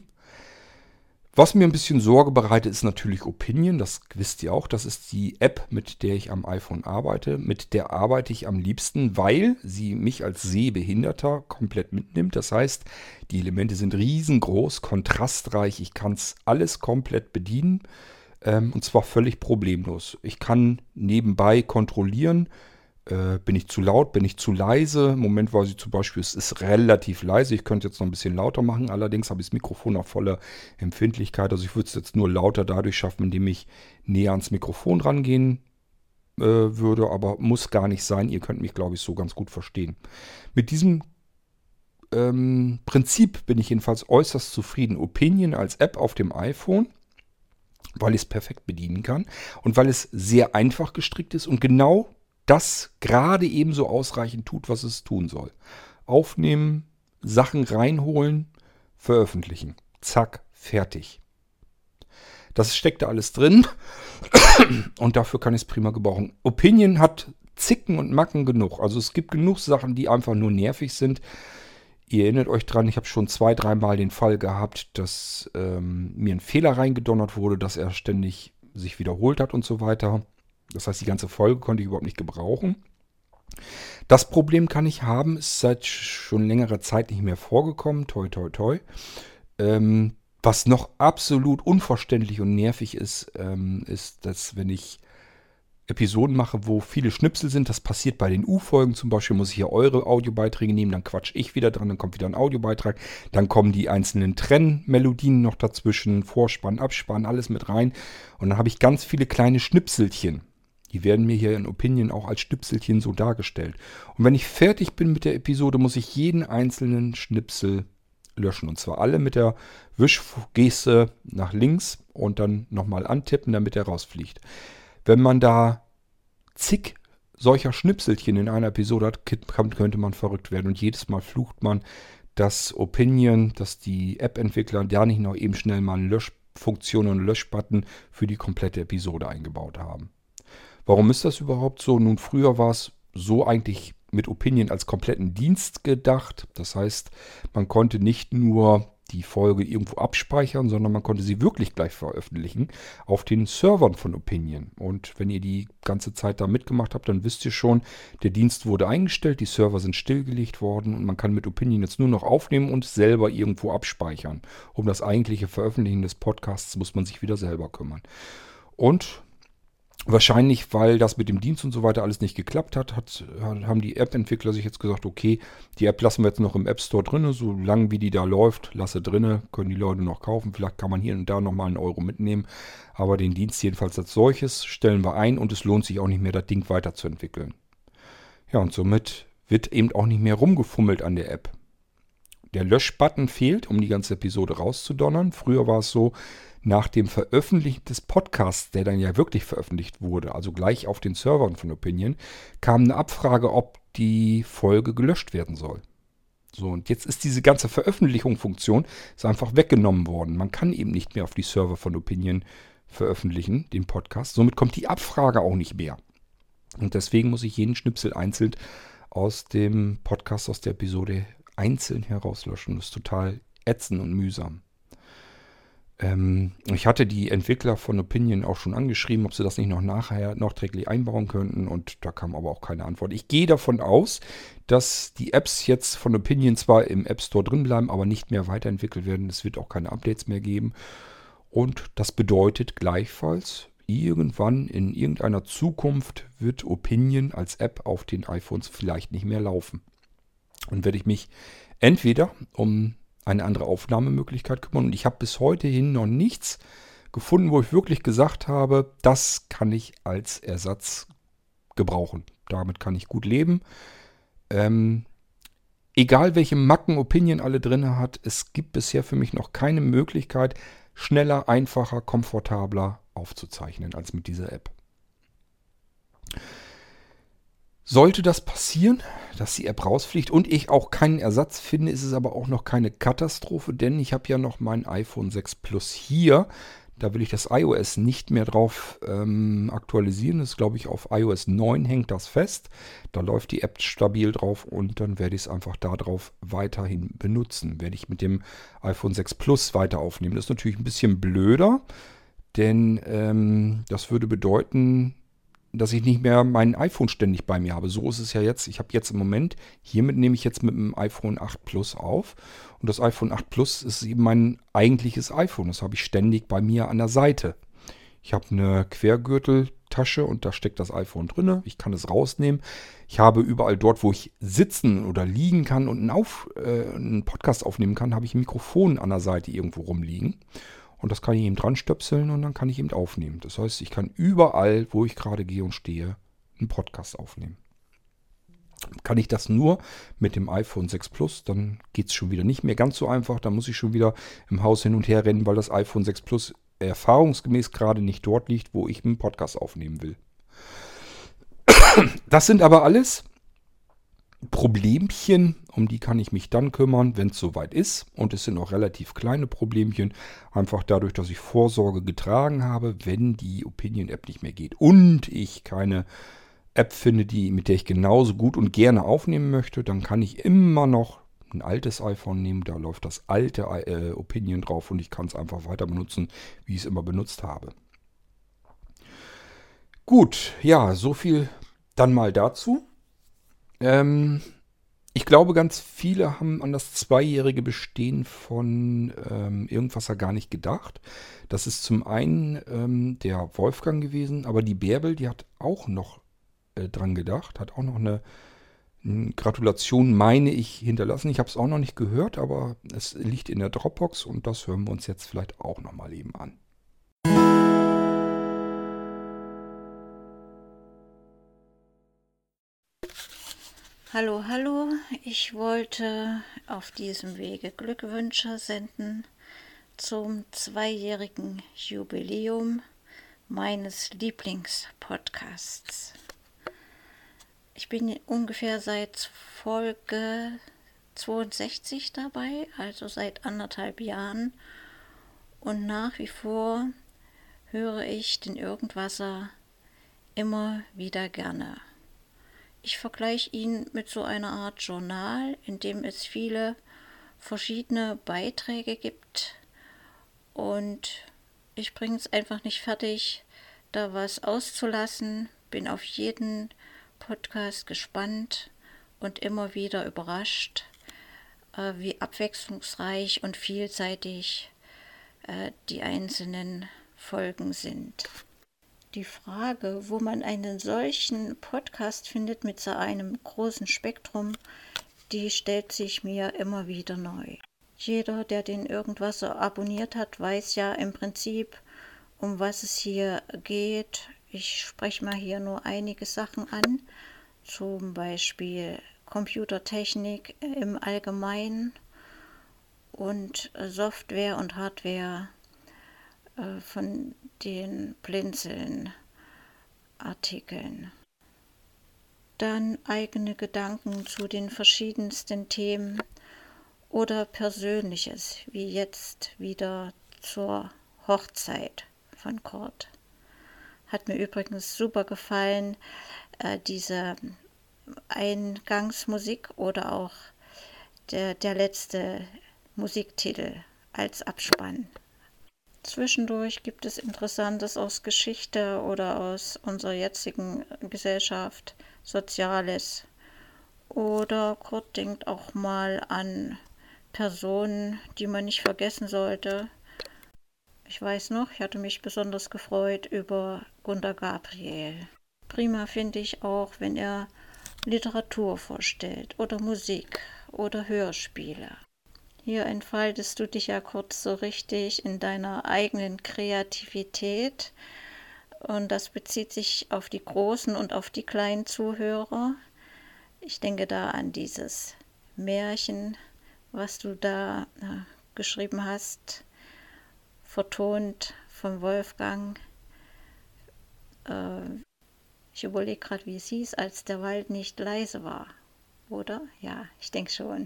Was mir ein bisschen Sorge bereitet, ist natürlich Opinion. Das wisst ihr auch. Das ist die App, mit der ich am iPhone arbeite. Mit der arbeite ich am liebsten, weil sie mich als Sehbehinderter komplett mitnimmt. Das heißt, die Elemente sind riesengroß, kontrastreich. Ich kann es alles komplett bedienen. Ähm, und zwar völlig problemlos. Ich kann nebenbei kontrollieren, Äh, bin ich zu laut, bin ich zu leise? Im Moment war sie zum Beispiel, es ist relativ leise. Ich könnte jetzt noch ein bisschen lauter machen. Allerdings habe ich das Mikrofon auf voller Empfindlichkeit. Also ich würde es jetzt nur lauter dadurch schaffen, indem ich näher ans Mikrofon rangehen äh, würde. Aber muss gar nicht sein. Ihr könnt mich, glaube ich, so ganz gut verstehen. Mit diesem ähm, Prinzip bin ich jedenfalls äußerst zufrieden. Opinion als App auf dem iPhone, weil ich es perfekt bedienen kann und weil es sehr einfach gestrickt ist und genau das gerade ebenso ausreichend tut, was es tun soll. Aufnehmen, Sachen reinholen, veröffentlichen. Zack, fertig. Das steckt da alles drin und dafür kann ich es prima gebrauchen. Opinion hat Zicken und Macken genug. Also es gibt genug Sachen, die einfach nur nervig sind. Ihr erinnert euch dran, ich habe schon zwei, dreimal den Fall gehabt, dass ähm, mir ein Fehler reingedonnert wurde, dass er ständig sich wiederholt hat und so weiter. Das heißt, die ganze Folge konnte ich überhaupt nicht gebrauchen. Das Problem kann ich haben, ist seit schon längerer Zeit nicht mehr vorgekommen. Toi, toi, toi. Ähm, was noch absolut unverständlich und nervig ist, ähm, ist, dass wenn ich Episoden mache, wo viele Schnipsel sind, das passiert bei den U-Folgen zum Beispiel, muss ich ja eure Audiobeiträge nehmen, dann quatsch ich wieder dran, dann kommt wieder ein Audiobeitrag, dann kommen die einzelnen Trennmelodien noch dazwischen, Vorspann, Abspann, alles mit rein und dann habe ich ganz viele kleine Schnipselchen. Die werden mir hier in Opinion auch als Schnipselchen so dargestellt. Und wenn ich fertig bin mit der Episode, muss ich jeden einzelnen Schnipsel löschen. Und zwar alle mit der Wischgeste nach links und dann nochmal antippen, damit er rausfliegt. Wenn man da zig solcher Schnipselchen in einer Episode hat, könnte man verrückt werden. Und jedes Mal flucht man, dass Opinion, dass die App-Entwickler da nicht noch eben schnell mal eine Löschfunktion und einen Löschbutton für die komplette Episode eingebaut haben. Warum ist das überhaupt so? Nun, früher war es so eigentlich mit Opinion als kompletten Dienst gedacht. Das heißt, man konnte nicht nur die Folge irgendwo abspeichern, sondern man konnte sie wirklich gleich veröffentlichen auf den Servern von Opinion. Und wenn ihr die ganze Zeit da mitgemacht habt, dann wisst ihr schon, der Dienst wurde eingestellt, die Server sind stillgelegt worden und man kann mit Opinion jetzt nur noch aufnehmen und selber irgendwo abspeichern. Um das eigentliche Veröffentlichen des Podcasts muss man sich wieder selber kümmern. Und wahrscheinlich, weil das mit dem Dienst und so weiter alles nicht geklappt hat, hat haben die App-Entwickler sich jetzt gesagt, okay, die App lassen wir jetzt noch im App Store drin, so lange wie die da läuft, lasse drinne, können die Leute noch kaufen. Vielleicht kann man hier und da nochmal einen Euro mitnehmen. Aber den Dienst jedenfalls als solches stellen wir ein und es lohnt sich auch nicht mehr, das Ding weiterzuentwickeln. Ja, und somit wird eben auch nicht mehr rumgefummelt an der App. Der Löschbutton fehlt, um die ganze Episode rauszudonnern. Früher war es so, nach dem Veröffentlichen des Podcasts, der dann ja wirklich veröffentlicht wurde, also gleich auf den Servern von Opinion, kam eine Abfrage, ob die Folge gelöscht werden soll. So, und jetzt ist diese ganze Veröffentlichungsfunktion ist einfach weggenommen worden. Man kann eben nicht mehr auf die Server von Opinion veröffentlichen, den Podcast. Somit kommt die Abfrage auch nicht mehr. Und deswegen muss ich jeden Schnipsel einzeln aus dem Podcast, aus der Episode einzeln herauslöschen. Das ist total ätzend und mühsam. Ähm, ich hatte die Entwickler von Opinion auch schon angeschrieben, ob sie das nicht noch nachher nachträglich einbauen könnten und da kam aber auch keine Antwort. Ich gehe davon aus, dass die Apps jetzt von Opinion zwar im App Store drin bleiben, aber nicht mehr weiterentwickelt werden. Es wird auch keine Updates mehr geben und das bedeutet gleichfalls, irgendwann in irgendeiner Zukunft wird Opinion als App auf den iPhones vielleicht nicht mehr laufen. Und werde ich mich entweder um eine andere Aufnahmemöglichkeit kümmern. Und ich habe bis heute hin noch nichts gefunden, wo ich wirklich gesagt habe, das kann ich als Ersatz gebrauchen. Damit kann ich gut leben. Ähm, egal welche Macken Opinion alle drin hat, es gibt bisher für mich noch keine Möglichkeit, schneller, einfacher, komfortabler aufzuzeichnen als mit dieser App. Sollte das passieren, dass die App rausfliegt und ich auch keinen Ersatz finde, ist es aber auch noch keine Katastrophe, denn ich habe ja noch mein iPhone sechs Plus hier. Da will ich das iOS nicht mehr drauf ähm, aktualisieren. Das ist, glaube ich, auf iOS neun hängt das fest. Da läuft die App stabil drauf und dann werde ich es einfach da drauf weiterhin benutzen. Werde ich mit dem iPhone sechs Plus weiter aufnehmen. Das ist natürlich ein bisschen blöder, denn ähm, das würde bedeuten, dass ich nicht mehr mein iPhone ständig bei mir habe. So ist es ja jetzt. Ich habe jetzt im Moment, hiermit nehme ich jetzt mit dem iPhone acht Plus auf. Und das iPhone acht Plus ist eben mein eigentliches iPhone. Das habe ich ständig bei mir an der Seite. Ich habe eine Quergürteltasche und da steckt das iPhone drin. Ich kann es rausnehmen. Ich habe überall dort, wo ich sitzen oder liegen kann und einen, Auf, äh, einen Podcast aufnehmen kann, habe ich ein Mikrofon an der Seite irgendwo rumliegen. Und das kann ich eben dran stöpseln und dann kann ich eben aufnehmen. Das heißt, ich kann überall, wo ich gerade gehe und stehe, einen Podcast aufnehmen. Kann ich das nur mit dem iPhone sechs Plus, dann geht es schon wieder nicht mehr ganz so einfach. Dann muss ich schon wieder im Haus hin und her rennen, weil das iPhone sechs Plus erfahrungsgemäß gerade nicht dort liegt, wo ich einen Podcast aufnehmen will. Das sind aber alles Problemchen, um die kann ich mich dann kümmern, wenn es soweit ist. Und es sind auch relativ kleine Problemchen. Einfach dadurch, dass ich Vorsorge getragen habe, wenn die Opinion-App nicht mehr geht. Und ich keine App finde, die, mit der ich genauso gut und gerne aufnehmen möchte, dann kann ich immer noch ein altes iPhone nehmen. Da läuft das alte äh, Opinion drauf und ich kann es einfach weiter benutzen, wie ich es immer benutzt habe. Gut, ja, so viel dann mal dazu. Ähm, ich glaube, ganz viele haben an das zweijährige Bestehen von ähm, Irgendwasser gar nicht gedacht. Das ist zum einen ähm, der Wolfgang gewesen, aber die Bärbel, die hat auch noch äh, dran gedacht, hat auch noch eine, eine Gratulation, meine ich, hinterlassen. Ich habe es auch noch nicht gehört, aber es liegt in der Dropbox und das hören wir uns jetzt vielleicht auch nochmal eben an. Hallo, hallo, ich wollte auf diesem Wege Glückwünsche senden zum zweijährigen Jubiläum meines Lieblingspodcasts. Ich bin ungefähr seit Folge zweiundsechzig dabei, also seit anderthalb Jahren, und nach wie vor höre ich den Irgendwasser immer wieder gerne. Ich vergleiche ihn mit so einer Art Journal, in dem es viele verschiedene Beiträge gibt und ich bringe es einfach nicht fertig, da was auszulassen, bin auf jeden Podcast gespannt und immer wieder überrascht, äh, wie abwechslungsreich und vielseitig äh, die einzelnen Folgen sind. Die Frage, wo man einen solchen Podcast findet mit so einem großen Spektrum, die stellt sich mir immer wieder neu. Jeder, der den Irgendwasser abonniert hat, weiß ja im Prinzip, um was es hier geht. Ich spreche mal hier nur einige Sachen an, zum Beispiel Computertechnik im Allgemeinen und Software und Hardware von den Blinzeln-Artikeln. Dann eigene Gedanken zu den verschiedensten Themen oder Persönliches, wie jetzt wieder zur Hochzeit von Kurt. Hat mir übrigens super gefallen, äh, diese Eingangsmusik oder auch der, der letzte Musiktitel als Abspann. Zwischendurch gibt es Interessantes aus Geschichte oder aus unserer jetzigen Gesellschaft, Soziales. Oder Kurt denkt auch mal an Personen, die man nicht vergessen sollte. Ich weiß noch, ich hatte mich besonders gefreut über Gunter Gabriel. Prima finde ich auch, wenn er Literatur vorstellt oder Musik oder Hörspiele. Hier entfaltest du dich ja kurz so richtig in deiner eigenen Kreativität und das bezieht sich auf die großen und auf die kleinen Zuhörer. Ich denke da an dieses Märchen, was du da äh, geschrieben hast, vertont von Wolfgang. Äh, ich überlege gerade, wie es hieß, als der Wald nicht leise war, oder? Ja, ich denke schon.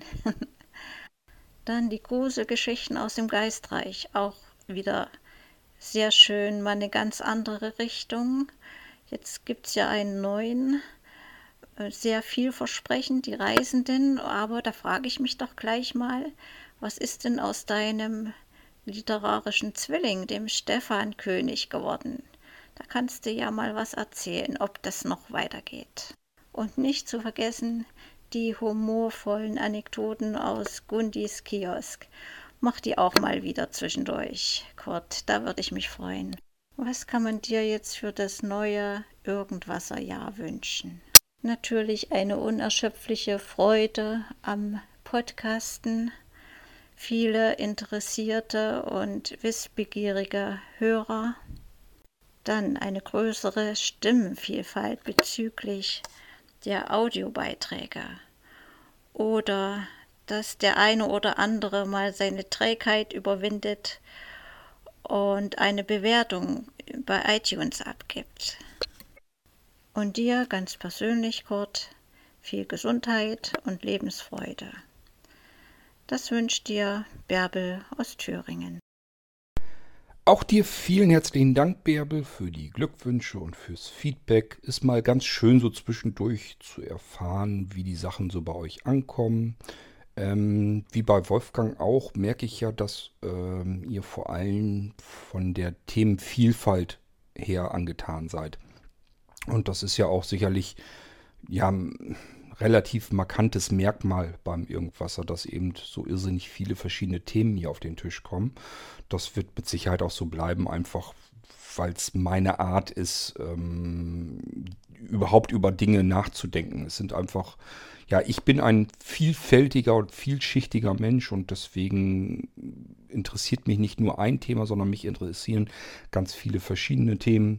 Dann die Gruselgeschichten aus dem Geistreich, auch wieder sehr schön, mal eine ganz andere Richtung. Jetzt gibt es ja einen neuen, sehr vielversprechend, die Reisenden, aber da frage ich mich doch gleich mal, was ist denn aus deinem literarischen Zwilling, dem Stefan König, geworden? Da kannst du ja mal was erzählen, ob das noch weitergeht. Und nicht zu vergessen, die humorvollen Anekdoten aus Gundis Kiosk. Mach die auch mal wieder zwischendurch, Kurt, da würde ich mich freuen. Was kann man dir jetzt für das neue Irgendwasser-Jahr wünschen? Natürlich eine unerschöpfliche Freude am Podcasten, viele interessierte und wissbegierige Hörer, dann eine größere Stimmenvielfalt bezüglich der Audiobeiträge oder dass der eine oder andere mal seine Trägheit überwindet und eine Bewertung bei iTunes abgibt. Und dir ganz persönlich, Kurt, viel Gesundheit und Lebensfreude. Das wünscht dir Bärbel aus Thüringen. Auch dir vielen herzlichen Dank, Bärbel, für die Glückwünsche und fürs Feedback. Ist mal ganz schön so zwischendurch zu erfahren, wie die Sachen so bei euch ankommen. Ähm, wie bei Wolfgang auch, merke ich ja, dass ähm, ihr vor allem von der Themenvielfalt her angetan seid. Und das ist ja auch sicherlich ja, ein relativ markantes Merkmal beim Irgendwasser, dass eben so irrsinnig viele verschiedene Themen hier auf den Tisch kommen. Das wird mit Sicherheit auch so bleiben, einfach weil es meine Art ist, ähm, überhaupt über Dinge nachzudenken. Es sind einfach, ja, ich bin ein vielfältiger und vielschichtiger Mensch und deswegen interessiert mich nicht nur ein Thema, sondern mich interessieren ganz viele verschiedene Themen.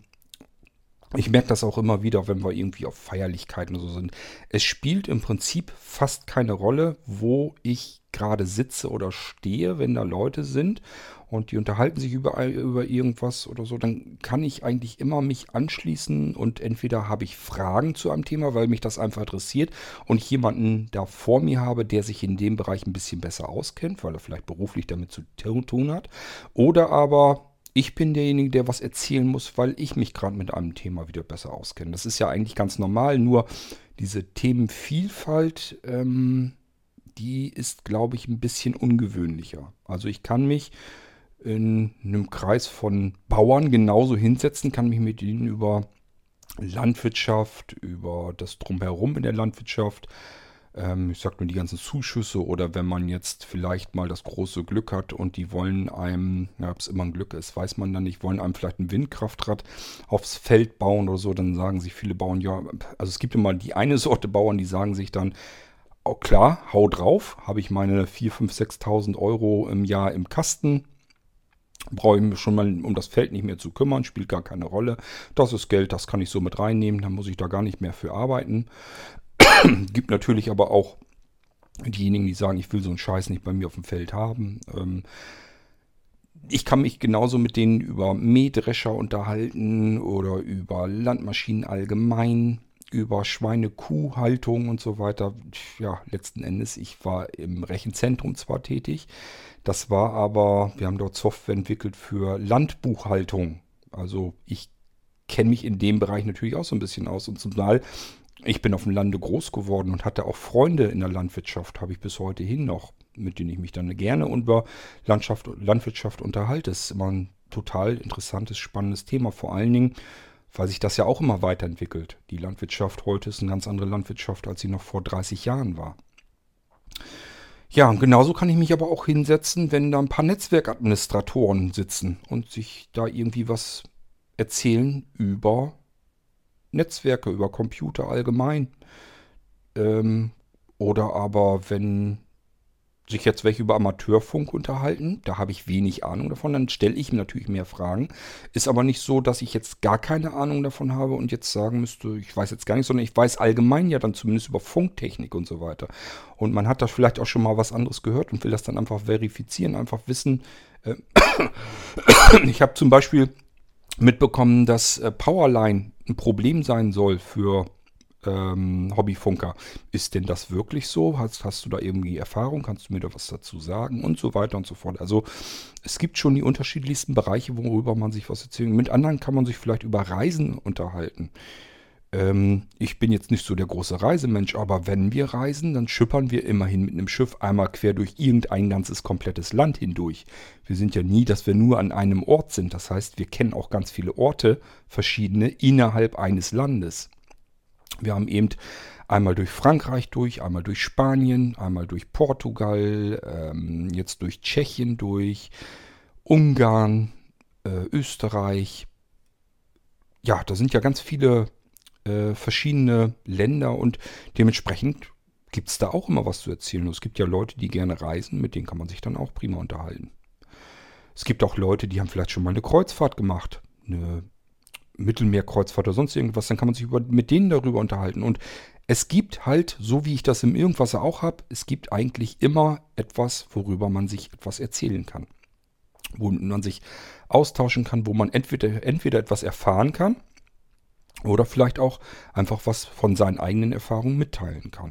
Ich merke das auch immer wieder, wenn wir irgendwie auf Feierlichkeiten oder so sind. Es spielt im Prinzip fast keine Rolle, wo ich gerade sitze oder stehe, wenn da Leute sind und die unterhalten sich über, über irgendwas oder so, dann kann ich eigentlich immer mich anschließen und entweder habe ich Fragen zu einem Thema, weil mich das einfach interessiert und ich jemanden da vor mir habe, der sich in dem Bereich ein bisschen besser auskennt, weil er vielleicht beruflich damit zu tun hat, oder aber ich bin derjenige, der was erzählen muss, weil ich mich gerade mit einem Thema wieder besser auskenne. Das ist ja eigentlich ganz normal, nur diese Themenvielfalt, ähm, die ist, glaube ich, ein bisschen ungewöhnlicher. Also ich kann mich in einem Kreis von Bauern genauso hinsetzen, kann mich mit ihnen über Landwirtschaft, über das Drumherum in der Landwirtschaft, ähm, ich sag nur die ganzen Zuschüsse oder wenn man jetzt vielleicht mal das große Glück hat und die wollen einem, ja, ob es immer ein Glück ist, weiß man dann nicht, wollen einem vielleicht ein Windkraftrad aufs Feld bauen oder so, dann sagen sich viele Bauern, ja, also es gibt immer die eine Sorte Bauern, die sagen sich dann, oh klar, hau drauf, habe ich meine viertausend, fünftausend, sechstausend Euro im Jahr im Kasten, brauche ich mich schon mal um das Feld nicht mehr zu kümmern, spielt gar keine Rolle. Das ist Geld, das kann ich so mit reinnehmen, dann muss ich da gar nicht mehr für arbeiten. Gibt natürlich aber auch diejenigen, die sagen, ich will so einen Scheiß nicht bei mir auf dem Feld haben. Ähm, ich kann mich genauso mit denen über Mähdrescher unterhalten oder über Landmaschinen allgemein, über Schweine-Kuh-Haltung und so weiter. Ja, letzten Endes, ich war im Rechenzentrum zwar tätig, das war aber, wir haben dort Software entwickelt für Landbuchhaltung. Also ich kenne mich in dem Bereich natürlich auch so ein bisschen aus und zum Teil, ich bin auf dem Lande groß geworden und hatte auch Freunde in der Landwirtschaft, habe ich bis heute hin noch, mit denen ich mich dann gerne über Landschaft, Landwirtschaft unterhalte. Das ist immer ein total interessantes, spannendes Thema, vor allen Dingen, weil sich das ja auch immer weiterentwickelt. Die Landwirtschaft heute ist eine ganz andere Landwirtschaft, als sie noch vor dreißig Jahren war. Ja, und genauso kann ich mich aber auch hinsetzen, wenn da ein paar Netzwerkadministratoren sitzen und sich da irgendwie was erzählen über Netzwerke, über Computer allgemein. Ähm, oder aber wenn sich jetzt welche über Amateurfunk unterhalten, da habe ich wenig Ahnung davon, dann stelle ich mir natürlich mehr Fragen. Ist aber nicht so, dass ich jetzt gar keine Ahnung davon habe und jetzt sagen müsste, ich weiß jetzt gar nicht, sondern ich weiß allgemein ja dann zumindest über Funktechnik und so weiter. Und man hat da vielleicht auch schon mal was anderes gehört und will das dann einfach verifizieren, einfach wissen. Äh, ich habe zum Beispiel mitbekommen, dass äh, Powerline ein Problem sein soll für Ähm, Hobbyfunker. Ist denn das wirklich so? Hast, hast du da irgendwie Erfahrung? Kannst du mir da was dazu sagen? Und so weiter und so fort. Also es gibt schon die unterschiedlichsten Bereiche, worüber man sich was erzählen kann. Mit anderen kann man sich vielleicht über Reisen unterhalten. Ähm, ich bin jetzt nicht so der große Reisemensch, aber wenn wir reisen, dann schippern wir immerhin mit einem Schiff einmal quer durch irgendein ganzes komplettes Land hindurch. Wir sind ja nie, dass wir nur an einem Ort sind. Das heißt, wir kennen auch ganz viele Orte, verschiedene, innerhalb eines Landes. Wir haben eben einmal durch Frankreich durch, einmal durch Spanien, einmal durch Portugal, ähm, jetzt durch Tschechien durch, Ungarn, äh, Österreich. Ja, da sind ja ganz viele äh, verschiedene Länder und dementsprechend gibt es da auch immer was zu erzählen. Und es gibt ja Leute, die gerne reisen, mit denen kann man sich dann auch prima unterhalten. Es gibt auch Leute, die haben vielleicht schon mal eine Kreuzfahrt gemacht, eine Mittelmeerkreuzfahrt oder sonst irgendwas, dann kann man sich über, mit denen darüber unterhalten. Und es gibt halt, so wie ich das im Irgendwasser auch habe, es gibt eigentlich immer etwas, worüber man sich etwas erzählen kann. Wo man sich austauschen kann, wo man entweder, entweder etwas erfahren kann oder vielleicht auch einfach was von seinen eigenen Erfahrungen mitteilen kann.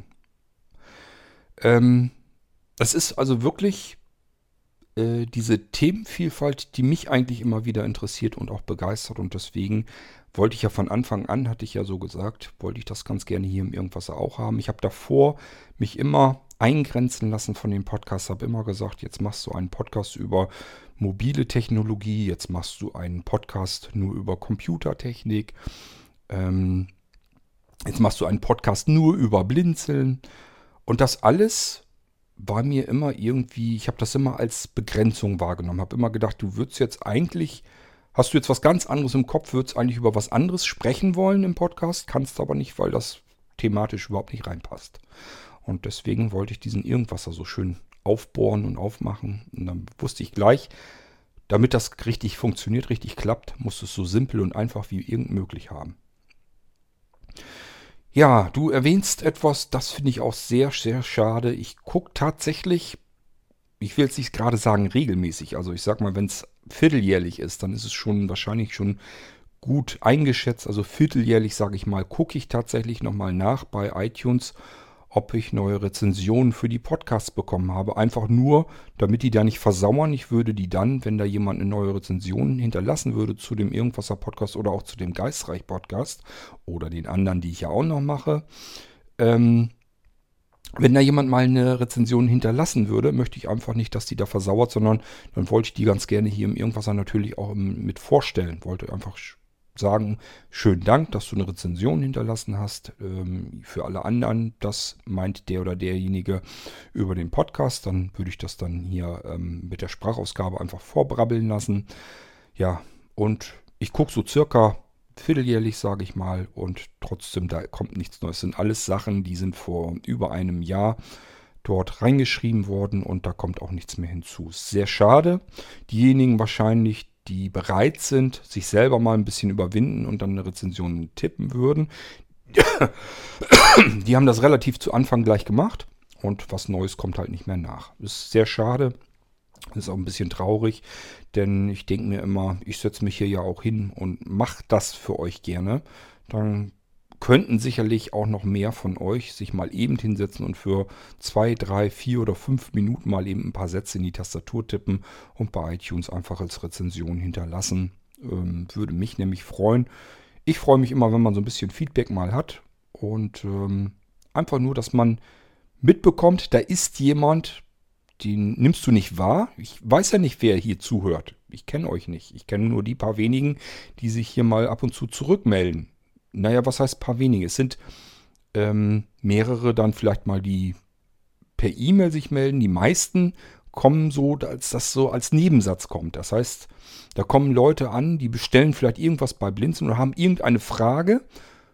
Ähm, es ist also wirklich diese Themenvielfalt, die mich eigentlich immer wieder interessiert und auch begeistert. Und deswegen wollte ich ja von Anfang an, hatte ich ja so gesagt, wollte ich das ganz gerne hier im Irgendwasser auch haben. Ich habe davor mich immer eingrenzen lassen von dem Podcast, habe immer gesagt, jetzt machst du einen Podcast über mobile Technologie, jetzt machst du einen Podcast nur über Computertechnik, ähm, jetzt machst du einen Podcast nur über Blinzeln. Und das alles war mir immer irgendwie, ich habe das immer als Begrenzung wahrgenommen, habe immer gedacht, du würdest jetzt eigentlich, hast du jetzt was ganz anderes im Kopf, würdest eigentlich über was anderes sprechen wollen im Podcast, kannst aber nicht, weil das thematisch überhaupt nicht reinpasst. Und deswegen wollte ich diesen Irgendwasser so schön aufbohren und aufmachen. Und dann wusste ich gleich, damit das richtig funktioniert, richtig klappt, muss es so simpel und einfach wie irgend möglich haben. Ja, du erwähnst etwas, das finde ich auch sehr, sehr schade. Ich gucke tatsächlich, ich will jetzt nicht gerade sagen regelmäßig, also ich sag mal, wenn es vierteljährlich ist, dann ist es schon wahrscheinlich schon gut eingeschätzt. Also vierteljährlich, sage ich mal, gucke ich tatsächlich nochmal nach bei iTunes, ob ich neue Rezensionen für die Podcasts bekommen habe. Einfach nur, damit die da nicht versauern. Ich würde die dann, wenn da jemand eine neue Rezension hinterlassen würde zu dem Irgendwasser-Podcast oder auch zu dem Geistreich-Podcast oder den anderen, die ich ja auch noch mache, ähm, wenn da jemand mal eine Rezension hinterlassen würde, möchte ich einfach nicht, dass die da versauert, sondern dann wollte ich die ganz gerne hier im Irgendwasser natürlich auch mit vorstellen. Wollte einfach sagen, schönen Dank, dass du eine Rezension hinterlassen hast. Ähm, für alle anderen, das meint der oder derjenige über den Podcast. Dann würde ich das dann hier ähm, mit der Sprachausgabe einfach vorbrabbeln lassen. Ja, und ich gucke so circa vierteljährlich, sage ich mal, und trotzdem, da kommt nichts Neues. Das sind alles Sachen, die sind vor über einem Jahr dort reingeschrieben worden und da kommt auch nichts mehr hinzu. Sehr schade. Diejenigen wahrscheinlich, die bereit sind, sich selber mal ein bisschen überwinden und dann eine Rezension tippen würden, die haben das relativ zu Anfang gleich gemacht und was Neues kommt halt nicht mehr nach. Ist sehr schade, ist auch ein bisschen traurig, denn ich denke mir immer, ich setze mich hier ja auch hin und mache das für euch gerne. Dann könnten sicherlich auch noch mehr von euch sich mal eben hinsetzen und für zwei, drei, vier oder fünf Minuten mal eben ein paar Sätze in die Tastatur tippen und bei iTunes einfach als Rezension hinterlassen. Ähm, würde mich nämlich freuen. Ich freue mich immer, wenn man so ein bisschen Feedback mal hat und ähm, einfach nur, dass man mitbekommt, da ist jemand, den nimmst du nicht wahr. Ich weiß ja nicht, wer hier zuhört. Ich kenne euch nicht. Ich kenne nur die paar wenigen, die sich hier mal ab und zu zurückmelden. Naja, was heißt paar wenige? Es sind ähm, mehrere dann vielleicht mal, die per E-Mail sich melden. Die meisten kommen so, als das so als Nebensatz kommt. Das heißt, da kommen Leute an, die bestellen vielleicht irgendwas bei Blinzeln oder haben irgendeine Frage,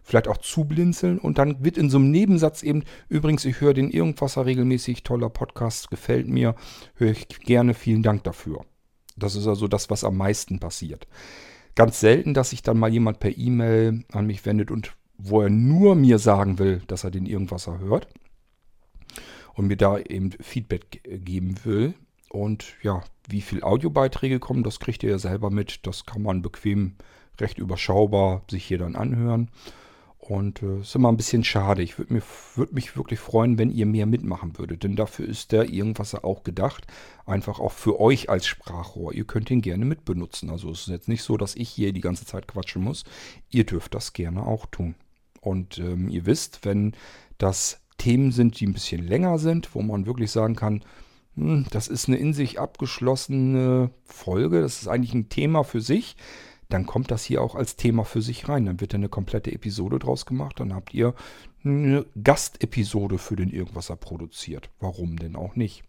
vielleicht auch zublinzeln und dann wird in so einem Nebensatz eben, übrigens, ich höre den Irgendwasser regelmäßig, toller Podcast, gefällt mir, höre ich gerne, vielen Dank dafür. Das ist also das, was am meisten passiert. Ganz selten, dass sich dann mal jemand per E-Mail an mich wendet und wo er nur mir sagen will, dass er den Irgendwasser hört und mir da eben Feedback geben will. Und ja, wie viele Audiobeiträge kommen, das kriegt ihr ja selber mit. Das kann man bequem, recht überschaubar sich hier dann anhören. Und es äh, ist immer ein bisschen schade. Ich würde würd mich wirklich freuen, wenn ihr mehr mitmachen würdet. Denn dafür ist der Irgendwasser auch gedacht. Einfach auch für euch als Sprachrohr. Ihr könnt ihn gerne mitbenutzen. Also es ist jetzt nicht so, dass ich hier die ganze Zeit quatschen muss. Ihr dürft das gerne auch tun. Und ähm, ihr wisst, wenn das Themen sind, die ein bisschen länger sind, wo man wirklich sagen kann, hm, das ist eine in sich abgeschlossene Folge. Das ist eigentlich ein Thema für sich. Dann kommt das hier auch als Thema für sich rein. Dann wird da eine komplette Episode draus gemacht. Dann habt ihr eine Gastepisode für den Irgendwasser produziert. Warum denn auch nicht?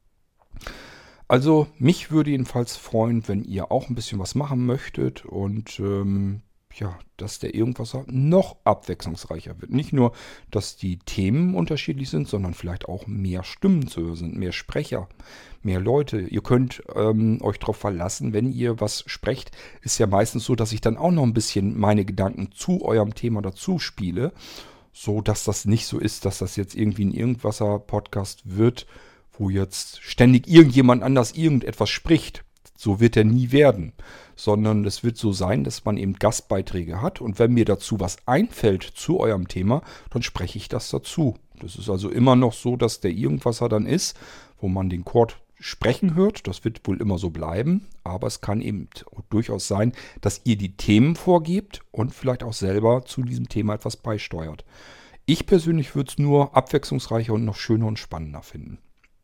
Also mich würde jedenfalls freuen, wenn ihr auch ein bisschen was machen möchtet und ähm, ja, dass der Irgendwasser noch abwechslungsreicher wird. Nicht nur, dass die Themen unterschiedlich sind, sondern vielleicht auch mehr Stimmen zu hören sind, mehr Sprecher, mehr Leute. Ihr könnt ähm, euch darauf verlassen, wenn ihr was sprecht, ist ja meistens so, dass ich dann auch noch ein bisschen meine Gedanken zu eurem Thema dazu spiele, so dass das nicht so ist, dass das jetzt irgendwie ein Irgendwasser-Podcast wird, wo jetzt ständig irgendjemand anders irgendetwas spricht. So wird er nie werden, sondern es wird so sein, dass man eben Gastbeiträge hat und wenn mir dazu was einfällt zu eurem Thema, dann spreche ich das dazu. Das ist also immer noch so, dass der Irgendwasser dann ist, wo man den Chord sprechen hört. Das wird wohl immer so bleiben, aber es kann eben durchaus sein, dass ihr die Themen vorgebt und vielleicht auch selber zu diesem Thema etwas beisteuert. Ich persönlich würde es nur abwechslungsreicher und noch schöner und spannender finden.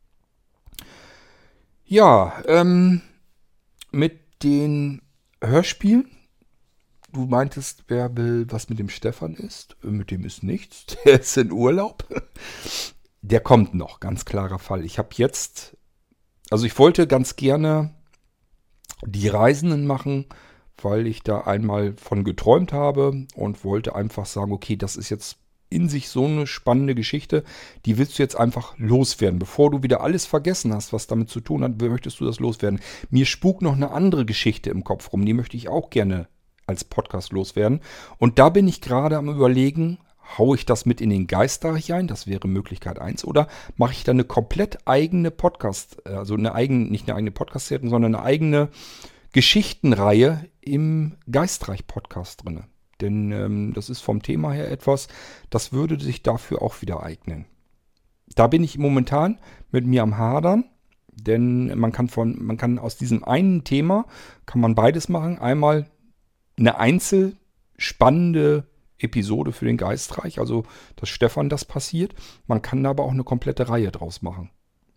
Ja, ähm... mit den Hörspielen, du meintest, wer will, was mit dem Stefan ist. Mit dem ist nichts. Der ist in Urlaub. Der kommt noch, ganz klarer Fall. Ich habe jetzt, also ich wollte ganz gerne die Reisenden machen, weil ich da einmal von geträumt habe und wollte einfach sagen, okay, das ist jetzt in sich so eine spannende Geschichte, die willst du jetzt einfach loswerden. Bevor du wieder alles vergessen hast, was damit zu tun hat, möchtest du das loswerden. Mir spukt noch eine andere Geschichte im Kopf rum, die möchte ich auch gerne als Podcast loswerden. Und da bin ich gerade am Überlegen, haue ich das mit in den Geistreich ein, das wäre Möglichkeit eins, oder mache ich da eine komplett eigene Podcast, also eine eigene, nicht eine eigene Podcast-Serie, sondern eine eigene Geschichtenreihe im Geistreich-Podcast drin. Denn ähm, das ist vom Thema her etwas, das würde sich dafür auch wieder eignen. Da bin ich momentan mit mir am Hadern, denn man kann von, man kann aus diesem einen Thema, kann man beides machen. Einmal eine einzel spannende Episode für den Geistreich, also dass Stefan das passiert. Man kann aber auch eine komplette Reihe draus machen.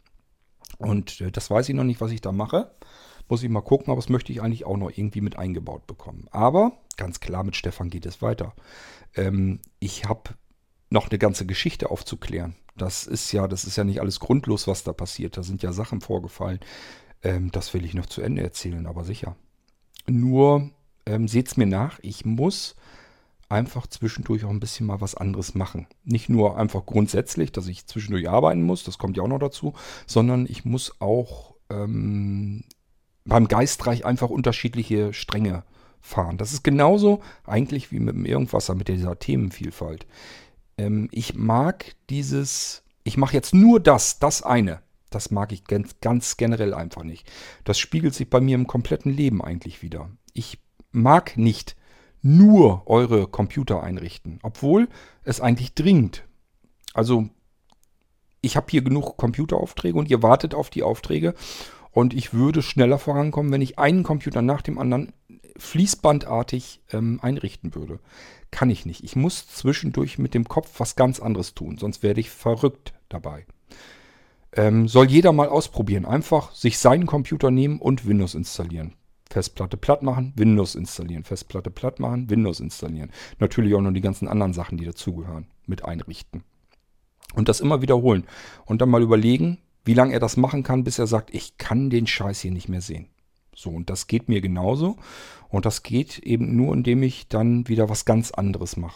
Und äh, das weiß ich noch nicht, was ich da mache. Muss ich mal gucken, aber das möchte ich eigentlich auch noch irgendwie mit eingebaut bekommen. Aber ganz klar, mit Stefan geht es weiter. Ähm, ich habe noch eine ganze Geschichte aufzuklären. Das ist ja, das ist ja nicht alles grundlos, was da passiert. Da sind ja Sachen vorgefallen. Ähm, das will ich noch zu Ende erzählen, aber sicher. Nur ähm, seht's mir nach, ich muss einfach zwischendurch auch ein bisschen mal was anderes machen. Nicht nur einfach grundsätzlich, dass ich zwischendurch arbeiten muss, das kommt ja auch noch dazu, sondern ich muss auch ähm, beim Geistreich einfach unterschiedliche Stränge fahren. Das ist genauso eigentlich wie mit dem Irgendwasser, mit dieser Themenvielfalt. Ähm, ich mag dieses, ich mache jetzt nur das, das eine. Das mag ich ganz, ganz generell einfach nicht. Das spiegelt sich bei mir im kompletten Leben eigentlich wieder. Ich mag nicht nur eure Computer einrichten, obwohl es eigentlich dringend. Also ich habe hier genug Computeraufträge und ihr wartet auf die Aufträge. Und ich würde schneller vorankommen, wenn ich einen Computer nach dem anderen fließbandartig ähm, einrichten würde. Kann ich nicht. Ich muss zwischendurch mit dem Kopf was ganz anderes tun, sonst werde ich verrückt dabei. Ähm, soll jeder mal ausprobieren. Einfach sich seinen Computer nehmen und Windows installieren. Festplatte platt machen, Windows installieren. Festplatte platt machen, Windows installieren. Natürlich auch noch die ganzen anderen Sachen, die dazugehören, mit einrichten. Und das immer wiederholen. Und dann mal überlegen, wie lange er das machen kann, bis er sagt, ich kann den Scheiß hier nicht mehr sehen. So, und das geht mir genauso. Und das geht eben nur, indem ich dann wieder was ganz anderes mache.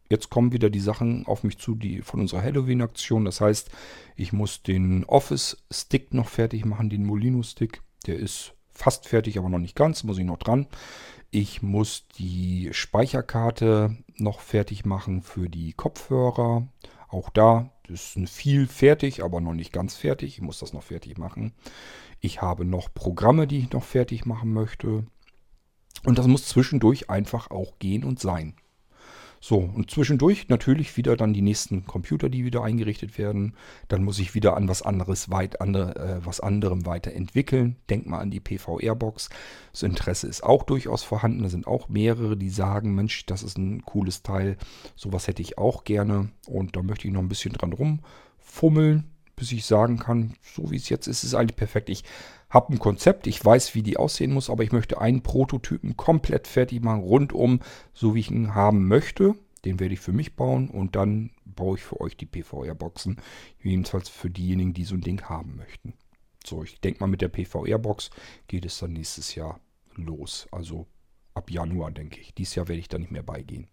jetzt kommen wieder die Sachen auf mich zu, die von unserer Halloween-Aktion. Das heißt, ich muss den Office-Stick noch fertig machen, den Molino-Stick. Der ist fast fertig, aber noch nicht ganz, muss ich noch dran. Ich muss die Speicherkarte noch fertig machen für die Kopfhörer. Auch da ist viel fertig, aber noch nicht ganz fertig. Ich muss das noch fertig machen. Ich habe noch Programme, die ich noch fertig machen möchte. Und das muss zwischendurch einfach auch gehen und sein. So, und zwischendurch natürlich wieder dann die nächsten Computer, die wieder eingerichtet werden. Dann muss ich wieder an was anderes weit andere, äh, was anderem weiterentwickeln. Denk mal an die P V R-Box. Das Interesse ist auch durchaus vorhanden. Da sind auch mehrere, die sagen, Mensch, das ist ein cooles Teil. Sowas hätte ich auch gerne. Und da möchte ich noch ein bisschen dran rumfummeln, bis ich sagen kann, so wie es jetzt ist, ist es eigentlich perfekt. Ich habe ein Konzept, ich weiß, wie die aussehen muss, aber ich möchte einen Prototypen komplett fertig machen, rundum, so wie ich ihn haben möchte. Den werde ich für mich bauen und dann baue ich für euch die P V R-Boxen, jedenfalls für diejenigen, die so ein Ding haben möchten. So, ich denke mal, mit der P V R-Box geht es dann nächstes Jahr los. Also ab Januar, denke ich. Dieses Jahr werde ich da nicht mehr beigehen.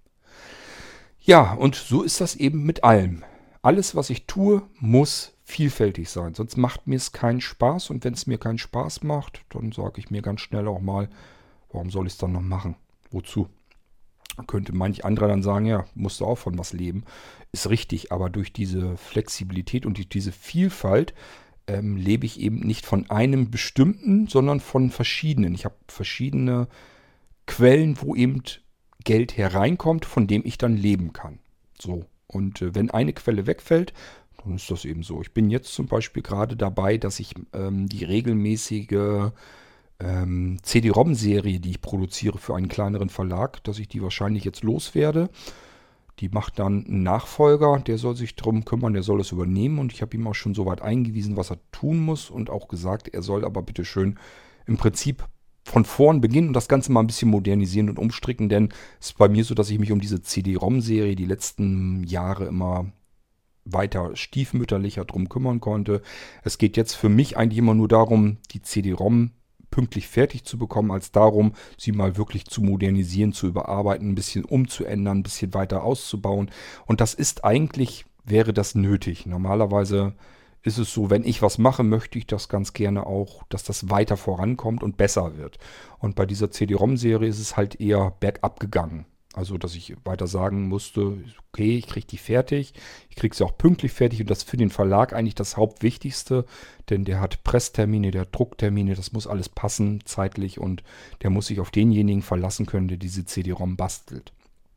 Ja, und so ist das eben mit allem. Alles, was ich tue, muss vielfältig sein. Sonst macht mir es keinen Spaß. Und wenn es mir keinen Spaß macht, dann sage ich mir ganz schnell auch mal, warum soll ich es dann noch machen? Wozu? Könnte manch anderer dann sagen, ja, musst du auch von was leben. Ist richtig, aber durch diese Flexibilität und durch diese Vielfalt ähm, lebe ich eben nicht von einem bestimmten, sondern von verschiedenen. Ich habe verschiedene Quellen, wo eben Geld hereinkommt, von dem ich dann leben kann. So. Und äh, wenn eine Quelle wegfällt, dann ist das eben so. Ich bin jetzt zum Beispiel gerade dabei, dass ich ähm, die regelmäßige ähm, C D-ROM-Serie, die ich produziere für einen kleineren Verlag, dass ich die wahrscheinlich jetzt loswerde. Die macht dann einen Nachfolger, der soll sich darum kümmern, der soll es übernehmen. Und ich habe ihm auch schon soweit eingewiesen, was er tun muss und auch gesagt, er soll aber bitte schön im Prinzip von vorn beginnen und das Ganze mal ein bisschen modernisieren und umstricken, denn es ist bei mir so, dass ich mich um diese C D-ROM-Serie die letzten Jahre immer weiter stiefmütterlicher drum kümmern konnte. Es geht jetzt für mich eigentlich immer nur darum, die C D-ROM pünktlich fertig zu bekommen, als darum, sie mal wirklich zu modernisieren, zu überarbeiten, ein bisschen umzuändern, ein bisschen weiter auszubauen. Und das ist eigentlich, wäre das nötig. Normalerweise ist es so, wenn ich was mache, möchte ich das ganz gerne auch, dass das weiter vorankommt und besser wird. Und bei dieser C D-ROM-Serie ist es halt eher bergab gegangen. Also, dass ich weiter sagen musste, okay, ich kriege die fertig, ich kriege sie auch pünktlich fertig und das ist für den Verlag eigentlich das Hauptwichtigste, denn der hat Presstermine, der hat Drucktermine, das muss alles passen zeitlich und der muss sich auf denjenigen verlassen können, der diese C D-ROM bastelt.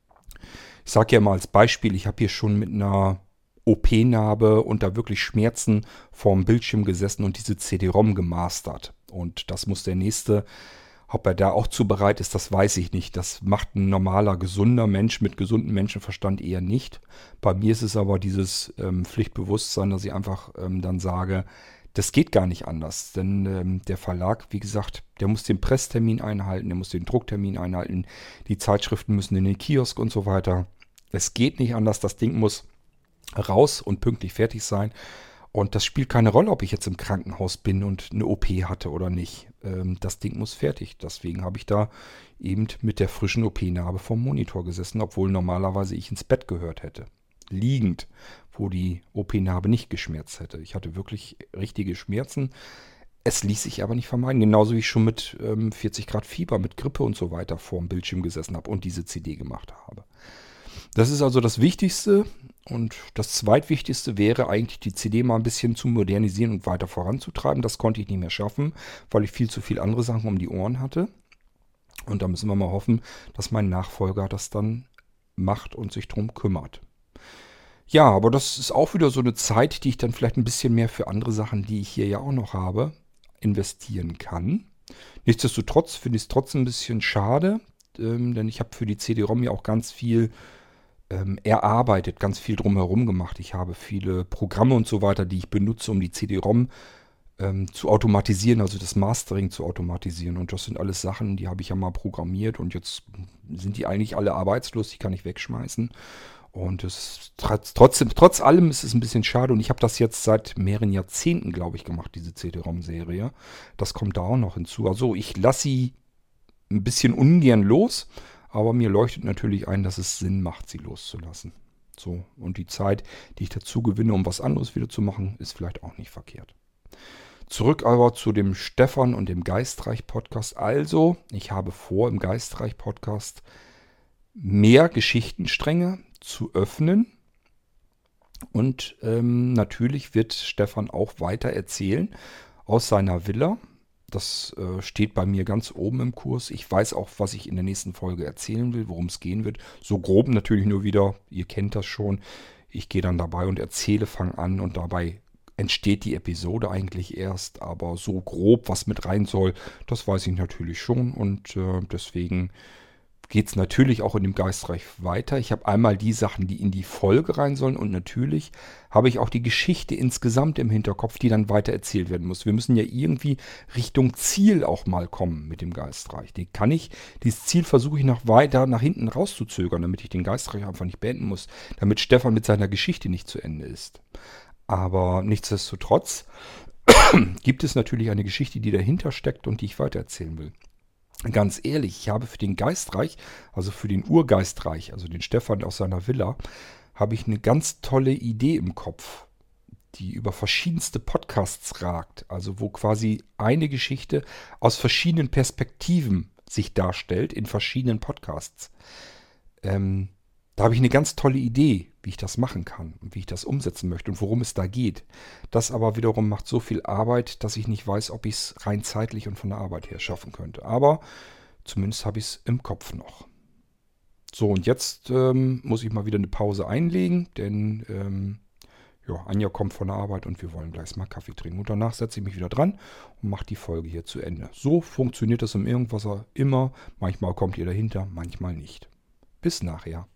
Ich sage ja mal als Beispiel, ich habe hier schon mit einer O P-Narbe und da wirklich Schmerzen vorm Bildschirm gesessen und diese C D-ROM gemastert. Und das muss der nächste, ob er da auch zu bereit ist, das weiß ich nicht. Das macht ein normaler, gesunder Mensch mit gesundem Menschenverstand eher nicht. Bei mir ist es aber dieses ähm, Pflichtbewusstsein, dass ich einfach ähm, dann sage, das geht gar nicht anders. Denn ähm, der Verlag, wie gesagt, der muss den Presstermin einhalten, der muss den Drucktermin einhalten, die Zeitschriften müssen in den Kiosk und so weiter. Es geht nicht anders, das Ding muss raus und pünktlich fertig sein. Und das spielt keine Rolle, ob ich jetzt im Krankenhaus bin und eine O P hatte oder nicht. Ähm, das Ding muss fertig. Deswegen habe ich da eben mit der frischen O P-Narbe vom Monitor gesessen, obwohl normalerweise ich ins Bett gehört hätte. Liegend, wo die O P-Narbe nicht geschmerzt hätte. Ich hatte wirklich richtige Schmerzen. Es ließ sich aber nicht vermeiden. Genauso wie ich schon mit ähm, vierzig Grad Fieber, mit Grippe und so weiter vor dem Bildschirm gesessen habe und diese C D gemacht habe. Das ist also das Wichtigste. Und das Zweitwichtigste wäre eigentlich, die C D mal ein bisschen zu modernisieren und weiter voranzutreiben. Das konnte ich nicht mehr schaffen, weil ich viel zu viele andere Sachen um die Ohren hatte. Und da müssen wir mal hoffen, dass mein Nachfolger das dann macht und sich drum kümmert. Ja, aber das ist auch wieder so eine Zeit, die ich dann vielleicht ein bisschen mehr für andere Sachen, die ich hier ja auch noch habe, investieren kann. Nichtsdestotrotz finde ich es trotzdem ein bisschen schade, ähm, denn ich habe für die C D-ROM ja auch ganz viel ähm, erarbeitet, ganz viel drumherum gemacht. Ich habe viele Programme und so weiter, die ich benutze, um die C D-ROM ähm, zu automatisieren, also das Mastering zu automatisieren. Und das sind alles Sachen, die habe ich ja mal programmiert und jetzt sind die eigentlich alle arbeitslos, die kann ich wegschmeißen. Und es trotzdem, trotz allem ist es ein bisschen schade. Und ich habe das jetzt seit mehreren Jahrzehnten, glaube ich, gemacht, diese C D-ROM-Serie. Das kommt da auch noch hinzu. Also ich lasse sie ein bisschen ungern los. Aber mir leuchtet natürlich ein, dass es Sinn macht, sie loszulassen. So, und die Zeit, die ich dazu gewinne, um was anderes wieder zu machen, ist vielleicht auch nicht verkehrt. Zurück aber zu dem Stefan und dem Geistreich-Podcast. Also, ich habe vor, im Geistreich-Podcast mehr Geschichtenstränge zu öffnen. Und ähm, natürlich wird Stefan auch weiter erzählen aus seiner Villa. Das äh, steht bei mir ganz oben im Kurs. Ich weiß auch, was ich in der nächsten Folge erzählen will, worum es gehen wird. So grob natürlich nur wieder, ihr kennt das schon. Ich gehe dann dabei und erzähle, fange an und dabei entsteht die Episode eigentlich erst. Aber so grob, was mit rein soll, das weiß ich natürlich schon. Und äh, deswegen geht es natürlich auch in dem Geistreich weiter. Ich habe einmal die Sachen, die in die Folge rein sollen und natürlich habe ich auch die Geschichte insgesamt im Hinterkopf, die dann weiter erzählt werden muss. Wir müssen ja irgendwie Richtung Ziel auch mal kommen mit dem Geistreich. Die kann ich, dieses Ziel versuche ich noch weiter nach hinten rauszuzögern, damit ich den Geistreich einfach nicht beenden muss, damit Stefan mit seiner Geschichte nicht zu Ende ist. Aber nichtsdestotrotz gibt es natürlich eine Geschichte, die dahinter steckt und die ich weitererzählen will. Ganz ehrlich, ich habe für den Geistreich, also für den Urgeistreich, also den Stefan aus seiner Villa, habe ich eine ganz tolle Idee im Kopf, die über verschiedenste Podcasts ragt. Also wo quasi eine Geschichte aus verschiedenen Perspektiven sich darstellt in verschiedenen Podcasts. Ähm, da habe ich eine ganz tolle Idee, wie ich das machen kann und wie ich das umsetzen möchte und worum es da geht. Das aber wiederum macht so viel Arbeit, dass ich nicht weiß, ob ich es rein zeitlich und von der Arbeit her schaffen könnte. Aber zumindest habe ich es im Kopf noch. So, und jetzt ähm, muss ich mal wieder eine Pause einlegen, denn ähm, ja, Anja kommt von der Arbeit und wir wollen gleich mal Kaffee trinken. Und danach setze ich mich wieder dran und mache die Folge hier zu Ende. So funktioniert das im Irgendwasser immer. Manchmal kommt ihr dahinter, manchmal nicht. Bis nachher.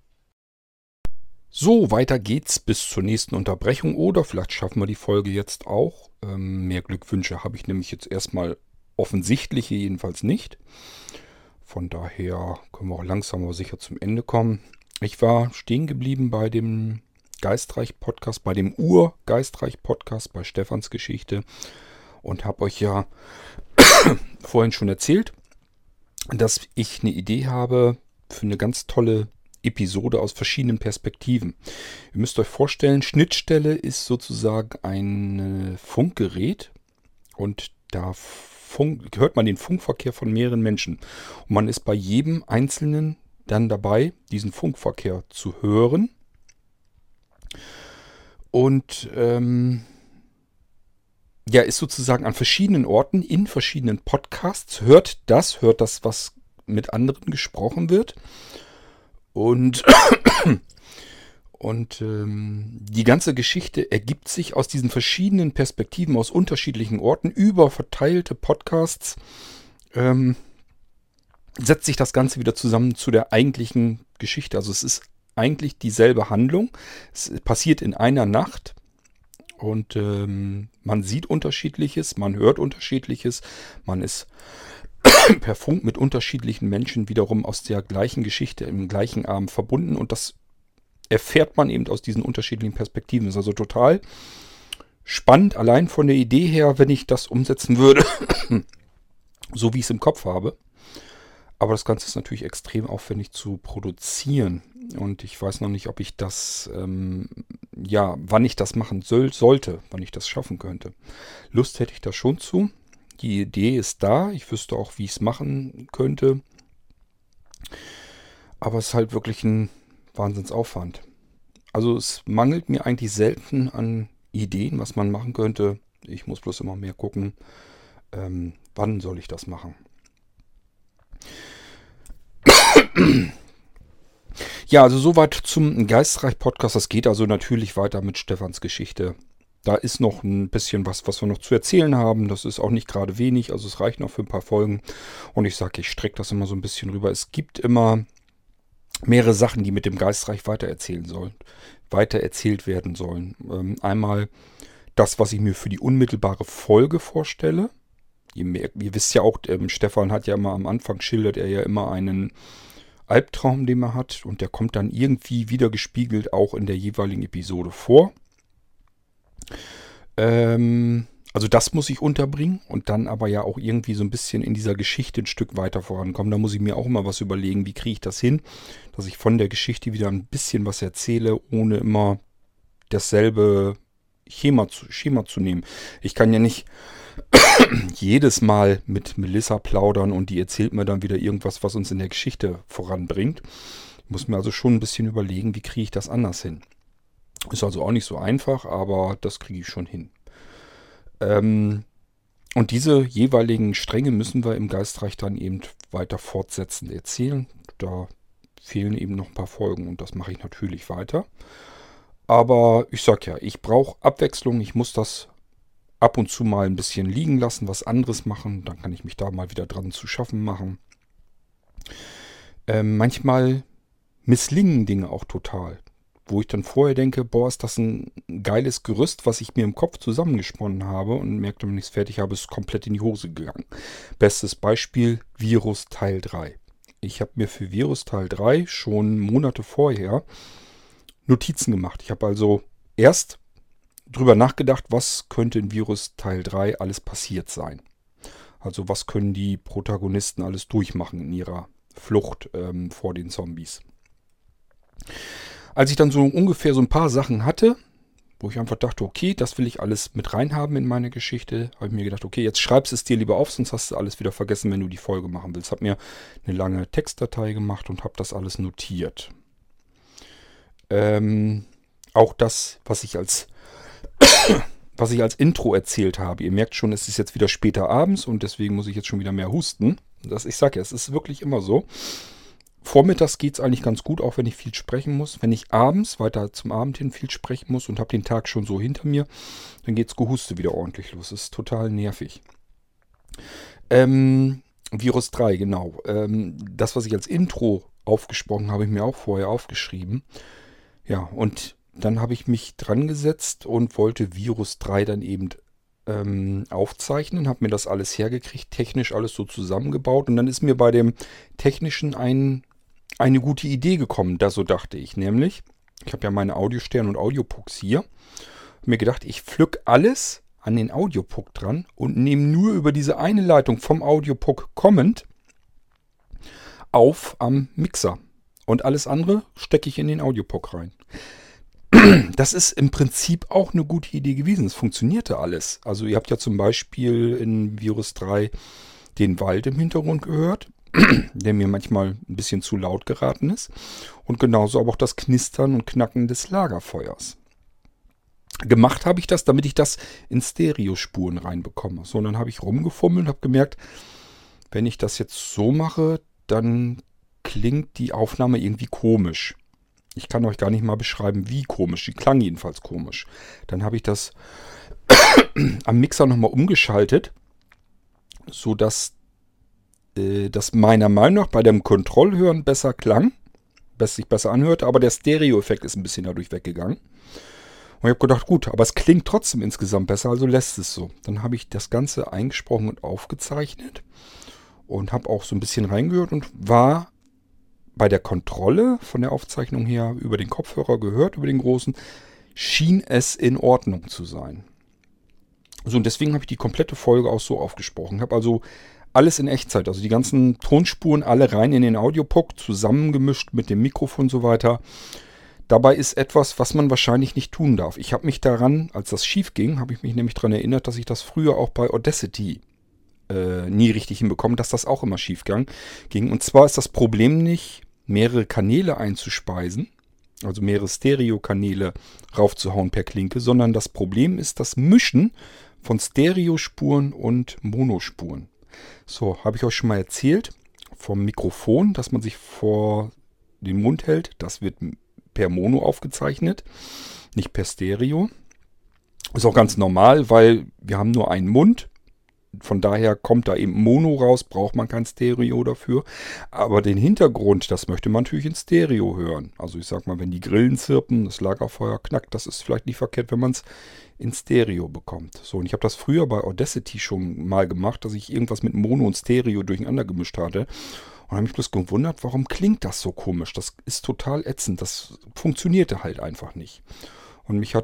So, weiter geht's bis zur nächsten Unterbrechung oder vielleicht schaffen wir die Folge jetzt auch. Ähm, mehr Glückwünsche habe ich nämlich jetzt erstmal offensichtlich jedenfalls nicht. Von daher können wir auch langsam aber sicher zum Ende kommen. Ich war stehen geblieben bei dem Geistreich-Podcast, bei dem Ur-Geistreich-Podcast, bei Stefans Geschichte und habe euch ja vorhin schon erzählt, dass ich eine Idee habe für eine ganz tolle Episode aus verschiedenen Perspektiven. Ihr müsst euch vorstellen, Schnittstelle ist sozusagen ein Funkgerät und da funk, hört man den Funkverkehr von mehreren Menschen. Und man ist bei jedem Einzelnen dann dabei, diesen Funkverkehr zu hören. Und ähm, ja, ist sozusagen an verschiedenen Orten, in verschiedenen Podcasts, hört das, hört das, was mit anderen gesprochen wird. Und, und ähm, die ganze Geschichte ergibt sich aus diesen verschiedenen Perspektiven, aus unterschiedlichen Orten, über verteilte Podcasts, ähm, setzt sich das Ganze wieder zusammen zu der eigentlichen Geschichte. Also es ist eigentlich dieselbe Handlung. Es passiert in einer Nacht und ähm, man sieht Unterschiedliches, man hört Unterschiedliches, man ist per Funk mit unterschiedlichen Menschen wiederum aus der gleichen Geschichte im gleichen Abend verbunden und das erfährt man eben aus diesen unterschiedlichen Perspektiven. Das ist also total spannend, allein von der Idee her, wenn ich das umsetzen würde, so wie ich es im Kopf habe. Aber das Ganze ist natürlich extrem aufwendig zu produzieren und ich weiß noch nicht, ob ich das, ähm, ja, wann ich das machen soll, sollte, wann ich das schaffen könnte. Lust hätte ich da schon zu. Die Idee ist da. Ich wüsste auch, wie ich es machen könnte. Aber es ist halt wirklich ein Wahnsinnsaufwand. Also es mangelt mir eigentlich selten an Ideen, was man machen könnte. Ich muss bloß immer mehr gucken, ähm, wann soll ich das machen. Ja, also soweit zum Geistreich-Podcast. Das geht also natürlich weiter mit Stefans Geschichte. Da ist noch ein bisschen was, was wir noch zu erzählen haben. Das ist auch nicht gerade wenig, also es reicht noch für ein paar Folgen. Und ich sage, ich strecke das immer so ein bisschen rüber. Es gibt immer mehrere Sachen, die mit dem Geistreich weitererzählen sollen, weitererzählt werden sollen. Ähm, einmal das, was ich mir für die unmittelbare Folge vorstelle. Ihr, merkt, ihr wisst ja auch, ähm, Stefan hat ja immer am Anfang, schildert er ja immer einen Albtraum, den er hat. Und der kommt dann irgendwie wieder gespiegelt auch in der jeweiligen Episode vor. Ähm, Also das muss ich unterbringen und dann aber ja auch irgendwie so ein bisschen in dieser Geschichte ein Stück weiter vorankommen. Da muss ich mir auch immer was überlegen, wie kriege ich das hin, dass ich von der Geschichte wieder ein bisschen was erzähle, ohne immer dasselbe Schema zu, Schema zu nehmen. Ich kann ja nicht jedes Mal mit Melissa plaudern und die erzählt mir dann wieder irgendwas, was uns in der Geschichte voranbringt. Ich muss mir also schon ein bisschen überlegen, wie kriege ich das anders hin. Ist also auch nicht so einfach, aber das kriege ich schon hin. Ähm, und diese jeweiligen Stränge müssen wir im Geistreich dann eben weiter fortsetzend erzählen. Da fehlen eben noch ein paar Folgen und das mache ich natürlich weiter. Aber ich sag ja, ich brauche Abwechslung. Ich muss das ab und zu mal ein bisschen liegen lassen, was anderes machen. Dann kann ich mich da mal wieder dran zu schaffen machen. Ähm, manchmal misslingen Dinge auch total. Wo ich dann vorher denke, boah, ist das ein geiles Gerüst, was ich mir im Kopf zusammengesponnen habe und merkte, wenn ich es fertig habe, ist es komplett in die Hose gegangen. Bestes Beispiel, Virus Teil drei. Ich habe mir für Virus Teil drei schon Monate vorher Notizen gemacht. Ich habe also erst drüber nachgedacht, was könnte in Virus Teil drei alles passiert sein. Also was können die Protagonisten alles durchmachen in ihrer Flucht ähm, vor den Zombies. Als ich dann so ungefähr so ein paar Sachen hatte, wo ich einfach dachte, okay, das will ich alles mit reinhaben in meine Geschichte, habe ich mir gedacht, okay, jetzt schreibst es dir lieber auf, sonst hast du alles wieder vergessen, wenn du die Folge machen willst. Habe mir eine lange Textdatei gemacht und habe das alles notiert. Ähm, auch das, was ich als was ich als Intro erzählt habe. Ihr merkt schon, es ist jetzt wieder später abends und deswegen muss ich jetzt schon wieder mehr husten. Das, ich sage ja, es ist wirklich immer so. Vormittags geht es eigentlich ganz gut, auch wenn ich viel sprechen muss. Wenn ich abends weiter zum Abend hin viel sprechen muss und habe den Tag schon so hinter mir, dann geht es Gehuste wieder ordentlich los. Das ist total nervig. Ähm, Virus drei, genau. Ähm, das, was ich als Intro aufgesprochen habe, habe ich mir auch vorher aufgeschrieben. Ja, und dann habe ich mich dran gesetzt und wollte Virus drei dann eben ähm, aufzeichnen, habe mir das alles hergekriegt, technisch alles so zusammengebaut und dann ist mir bei dem Technischen ein, eine gute Idee gekommen, da so dachte ich, nämlich, ich habe ja meine Audiostern und Audiopucks hier, habe mir gedacht, ich pflück alles an den Audiopuck dran und nehme nur über diese eine Leitung vom Audiopuck kommend auf am Mixer und alles andere stecke ich in den Audiopuck rein. Das ist im Prinzip auch eine gute Idee gewesen. Es funktionierte alles. Also ihr habt ja zum Beispiel in Virus drei den Wald im Hintergrund gehört, der mir manchmal ein bisschen zu laut geraten ist. Und genauso aber auch das Knistern und Knacken des Lagerfeuers. Gemacht habe ich das, damit ich das in Stereospuren reinbekomme. So, und dann habe ich rumgefummelt und habe gemerkt, wenn ich das jetzt so mache, dann klingt die Aufnahme irgendwie komisch. Ich kann euch gar nicht mal beschreiben, wie komisch. Die klang jedenfalls komisch. Dann habe ich das am Mixer nochmal umgeschaltet, sodass äh, das meiner Meinung nach bei dem Kontrollhören besser klang, dass sich besser anhört, aber der Stereo-Effekt ist ein bisschen dadurch weggegangen. Und ich habe gedacht, gut, aber es klingt trotzdem insgesamt besser, also lässt es so. Dann habe ich das Ganze eingesprochen und aufgezeichnet und habe auch so ein bisschen reingehört und war bei der Kontrolle von der Aufzeichnung her über den Kopfhörer gehört, über den großen, schien es in Ordnung zu sein. So, und deswegen habe ich die komplette Folge auch so aufgesprochen. Ich habe also alles in Echtzeit, also die ganzen Tonspuren alle rein in den Audiopuck, zusammengemischt mit dem Mikrofon und so weiter. Dabei ist etwas, was man wahrscheinlich nicht tun darf. Ich habe mich daran, als das schief ging, habe ich mich nämlich daran erinnert, dass ich das früher auch bei Audacity äh, nie richtig hinbekommen, dass das auch immer schief ging. Und zwar ist das Problem nicht, mehrere Kanäle einzuspeisen, also mehrere Stereokanäle raufzuhauen per Klinke, sondern das Problem ist das Mischen von Stereospuren und Monospuren. So, habe ich euch schon mal erzählt vom Mikrofon, dass man sich vor den Mund hält. Das wird per Mono aufgezeichnet, nicht per Stereo. Ist auch ganz normal, weil wir haben nur einen Mund. Von daher kommt da eben Mono raus, braucht man kein Stereo dafür. Aber den Hintergrund, das möchte man natürlich in Stereo hören. Also ich sag mal, wenn die Grillen zirpen, das Lagerfeuer knackt, das ist vielleicht nicht verkehrt, wenn man es in Stereo bekommt. So, und ich habe das früher bei Audacity schon mal gemacht, dass ich irgendwas mit Mono und Stereo durcheinander gemischt hatte. Und habe mich bloß gewundert, warum klingt das so komisch? Das ist total ätzend. Das funktionierte halt einfach nicht. Und mich hat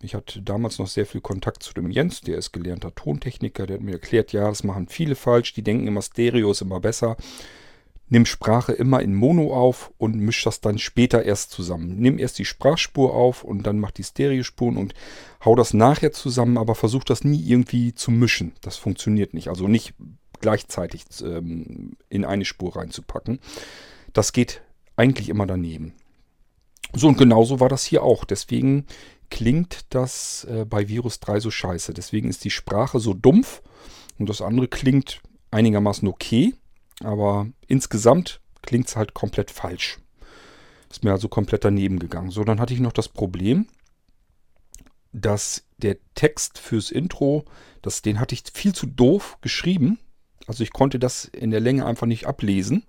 Ich hatte damals noch sehr viel Kontakt zu dem Jens, der ist gelernter Tontechniker, der hat mir erklärt, ja, das machen viele falsch, die denken immer, Stereo ist immer besser. Nimm Sprache immer in Mono auf und misch das dann später erst zusammen. Nimm erst die Sprachspur auf und dann mach die Stereospuren und hau das nachher zusammen, aber versuch das nie irgendwie zu mischen. Das funktioniert nicht. Also nicht gleichzeitig ähm, in eine Spur reinzupacken. Das geht eigentlich immer daneben. So, und genauso war das hier auch. Deswegen klingt das äh, bei Virus drei so scheiße. Deswegen ist die Sprache so dumpf und das andere klingt einigermaßen okay. Aber insgesamt klingt es halt komplett falsch. Ist mir also komplett daneben gegangen. So, dann hatte ich noch das Problem, dass der Text fürs Intro, das, den hatte ich viel zu doof geschrieben. Also ich konnte das in der Länge einfach nicht ablesen.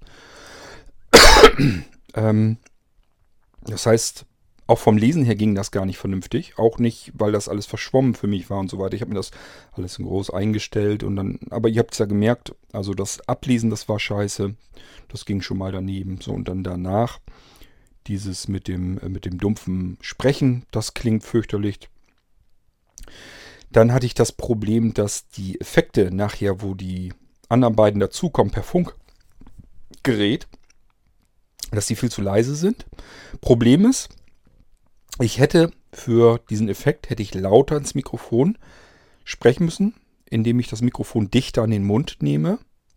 ähm, das heißt, auch vom Lesen her ging das gar nicht vernünftig. Auch nicht, weil das alles verschwommen für mich war und so weiter. Ich habe mir das alles in groß eingestellt und dann, aber ihr habt es ja gemerkt, also das Ablesen, das war scheiße. Das ging schon mal daneben. So, und dann danach dieses mit dem, äh, mit dem dumpfen Sprechen, das klingt fürchterlich. Dann hatte ich das Problem, dass die Effekte nachher, wo die anderen beiden dazukommen per Funkgerät, dass die viel zu leise sind. Problem ist, ich hätte für diesen Effekt hätte ich lauter ins Mikrofon sprechen müssen, indem ich das Mikrofon dichter an den Mund nehme.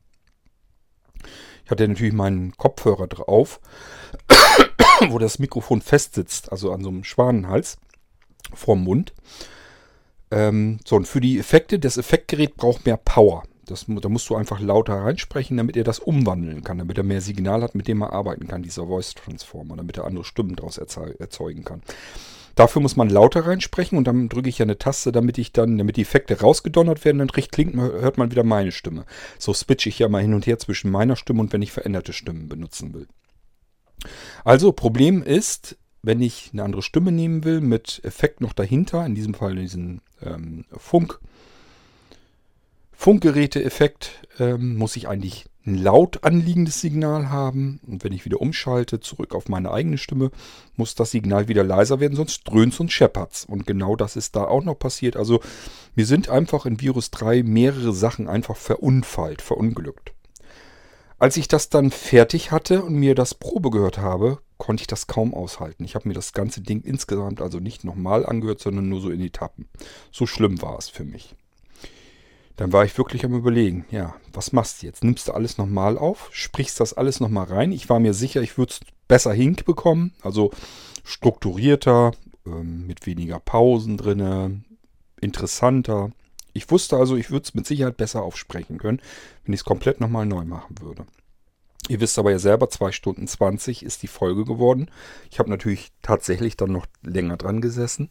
Ich hatte natürlich meinen Kopfhörer drauf, wo das Mikrofon fest sitzt, also an so einem Schwanenhals vorm Mund. Ähm, so, und für die Effekte, das Effektgerät braucht mehr Power. Das, da musst du einfach lauter reinsprechen, damit er das umwandeln kann, damit er mehr Signal hat, mit dem er arbeiten kann, dieser Voice Transformer, damit er andere Stimmen daraus erzeugen kann. Dafür muss man lauter reinsprechen und dann drücke ich ja eine Taste, damit ich dann, damit die Effekte rausgedonnert werden, dann klingt, hört man wieder meine Stimme. So switche ich ja mal hin und her zwischen meiner Stimme und wenn ich veränderte Stimmen benutzen will. Also, Problem ist, wenn ich eine andere Stimme nehmen will, mit Effekt noch dahinter, in diesem Fall diesen ähm, Funk, Funkgeräte-Effekt, ähm, muss ich eigentlich ein laut anliegendes Signal haben. Und wenn ich wieder umschalte, zurück auf meine eigene Stimme, muss das Signal wieder leiser werden, sonst dröhnt's und scheppert's. Und genau das ist da auch noch passiert. Also mir sind einfach in Virus drei mehrere Sachen einfach verunfallt, verunglückt. Als ich das dann fertig hatte und mir das Probe gehört habe, konnte ich das kaum aushalten. Ich habe mir das ganze Ding insgesamt also nicht nochmal angehört, sondern nur so in Etappen. So schlimm war es für mich. Dann war ich wirklich am Überlegen, ja, was machst du jetzt? Nimmst du alles nochmal auf? Sprichst das alles nochmal rein? Ich war mir sicher, ich würde es besser hinbekommen, also strukturierter, ähm, mit weniger Pausen drin, interessanter. Ich wusste also, ich würde es mit Sicherheit besser aufsprechen können, wenn ich es komplett nochmal neu machen würde. Ihr wisst aber ja selber, zwei Stunden zwanzig ist die Folge geworden. Ich habe natürlich tatsächlich dann noch länger dran gesessen.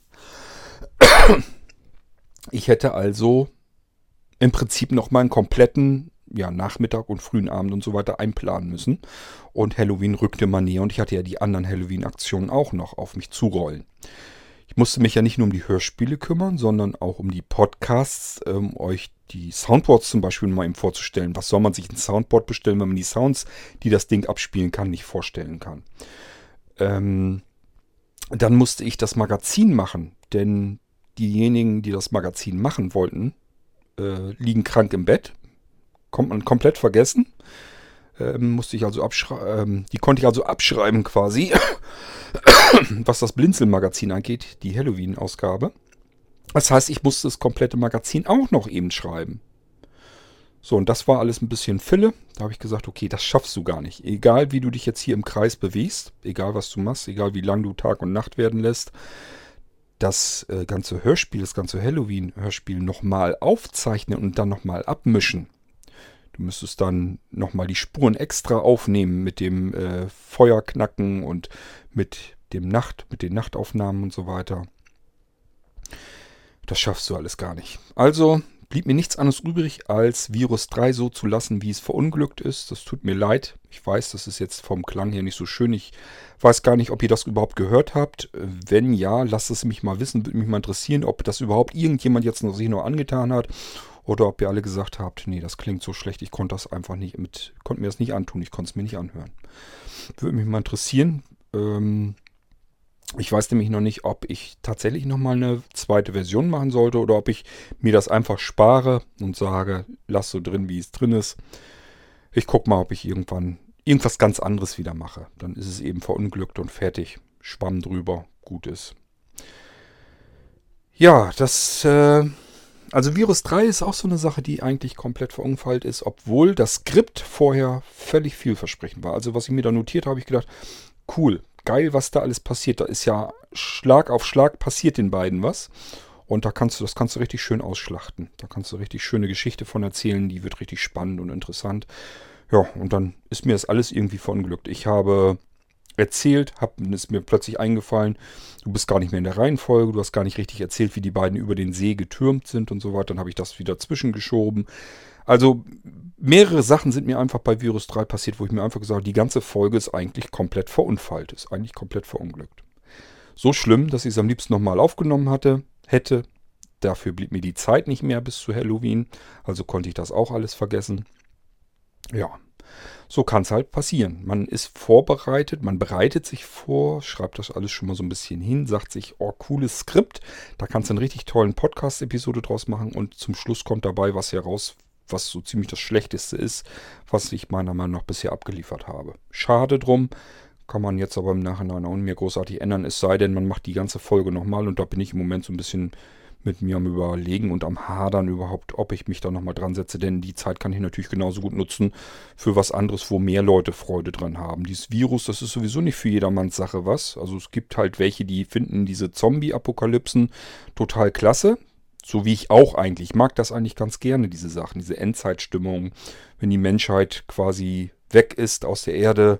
Ich hätte also im Prinzip nochmal einen kompletten ja, Nachmittag und frühen Abend und so weiter einplanen müssen. Und Halloween rückte mal näher und ich hatte ja die anderen Halloween-Aktionen auch noch auf mich zurollen. Ich musste mich ja nicht nur um die Hörspiele kümmern, sondern auch um die Podcasts, um euch die Soundboards zum Beispiel mal eben vorzustellen. Was soll man sich ein Soundboard bestellen, wenn man die Sounds, die das Ding abspielen kann, nicht vorstellen kann? Ähm, dann musste ich das Magazin machen, denn diejenigen, die das Magazin machen wollten, Äh, liegen krank im Bett. Kommt man komplett vergessen. Ähm, musste ich also abschreiben. Ähm, die konnte ich also abschreiben quasi. Was das Blinzeln-Magazin angeht, die Halloween-Ausgabe. Das heißt, ich musste das komplette Magazin auch noch eben schreiben. So, und das war alles ein bisschen Fille. Da habe ich gesagt, okay, das schaffst du gar nicht. Egal, wie du dich jetzt hier im Kreis bewegst, egal, was du machst, egal, wie lang du Tag und Nacht werden lässt, das äh, ganze Hörspiel, das ganze Halloween-Hörspiel nochmal aufzeichnen und dann nochmal abmischen. Du müsstest dann nochmal die Spuren extra aufnehmen mit dem äh, Feuerknacken und mit dem Nacht, mit den Nachtaufnahmen und so weiter. Das schaffst du alles gar nicht. Also blieb mir nichts anderes übrig, als Virus drei so zu lassen, wie es verunglückt ist. Das tut mir leid. Ich weiß, das ist jetzt vom Klang her nicht so schön. Ich weiß gar nicht, ob ihr das überhaupt gehört habt. Wenn ja, lasst es mich mal wissen. Würde mich mal interessieren, ob das überhaupt irgendjemand jetzt noch sich noch angetan hat. Oder ob ihr alle gesagt habt, nee, das klingt so schlecht. Ich konnte das einfach nicht mit, konnte mir das nicht antun. Ich konnte es mir nicht anhören. Würde mich mal interessieren. Ähm, ich weiß nämlich noch nicht, ob ich tatsächlich nochmal eine zweite Version machen sollte oder ob ich mir das einfach spare und sage, lass so drin, wie es drin ist. Ich gucke mal, ob ich irgendwann irgendwas ganz anderes wieder mache. Dann ist es eben verunglückt und fertig. Schwamm drüber, gut ist. Ja, das, äh, also Virus drei ist auch so eine Sache, die eigentlich komplett verunfallt ist, obwohl das Skript vorher völlig vielversprechend war. Also was ich mir da notiert habe, habe ich gedacht, cool, geil, was da alles passiert. Da ist ja Schlag auf Schlag passiert den beiden was. Und da kannst du, das kannst du richtig schön ausschlachten. Da kannst du richtig schöne Geschichte von erzählen, die wird richtig spannend und interessant. Ja, und dann ist mir das alles irgendwie verunglückt. Ich habe erzählt, hab, ist mir plötzlich eingefallen, du bist gar nicht mehr in der Reihenfolge, du hast gar nicht richtig erzählt, wie die beiden über den See getürmt sind und so weiter. Dann habe ich das wieder zwischengeschoben. Also mehrere Sachen sind mir einfach bei Virus drei passiert, wo ich mir einfach gesagt habe, die ganze Folge ist eigentlich komplett verunfallt, ist eigentlich komplett verunglückt. So schlimm, dass ich es am liebsten nochmal aufgenommen hatte, hätte. Dafür blieb mir die Zeit nicht mehr bis zu Halloween, also konnte ich das auch alles vergessen. Ja, so kann es halt passieren. Man ist vorbereitet, man bereitet sich vor, schreibt das alles schon mal so ein bisschen hin, sagt sich, oh, cooles Skript, da kannst du einen richtig tollen Podcast-Episode draus machen und zum Schluss kommt dabei was heraus, was so ziemlich das Schlechteste ist, was ich meiner Meinung nach bisher abgeliefert habe. Schade drum, kann man jetzt aber im Nachhinein auch nicht mehr großartig ändern, es sei denn, man macht die ganze Folge nochmal und da bin ich im Moment so ein bisschen mit mir am Überlegen und am Hadern überhaupt, ob ich mich da nochmal dran setze, denn die Zeit kann ich natürlich genauso gut nutzen für was anderes, wo mehr Leute Freude dran haben. Dieses Virus, das ist sowieso nicht für jedermanns Sache was. Also es gibt halt welche, die finden diese Zombie-Apokalypsen total klasse, so wie ich auch eigentlich. Ich mag das eigentlich ganz gerne, diese Sachen, diese Endzeitstimmung, wenn die Menschheit quasi weg ist aus der Erde.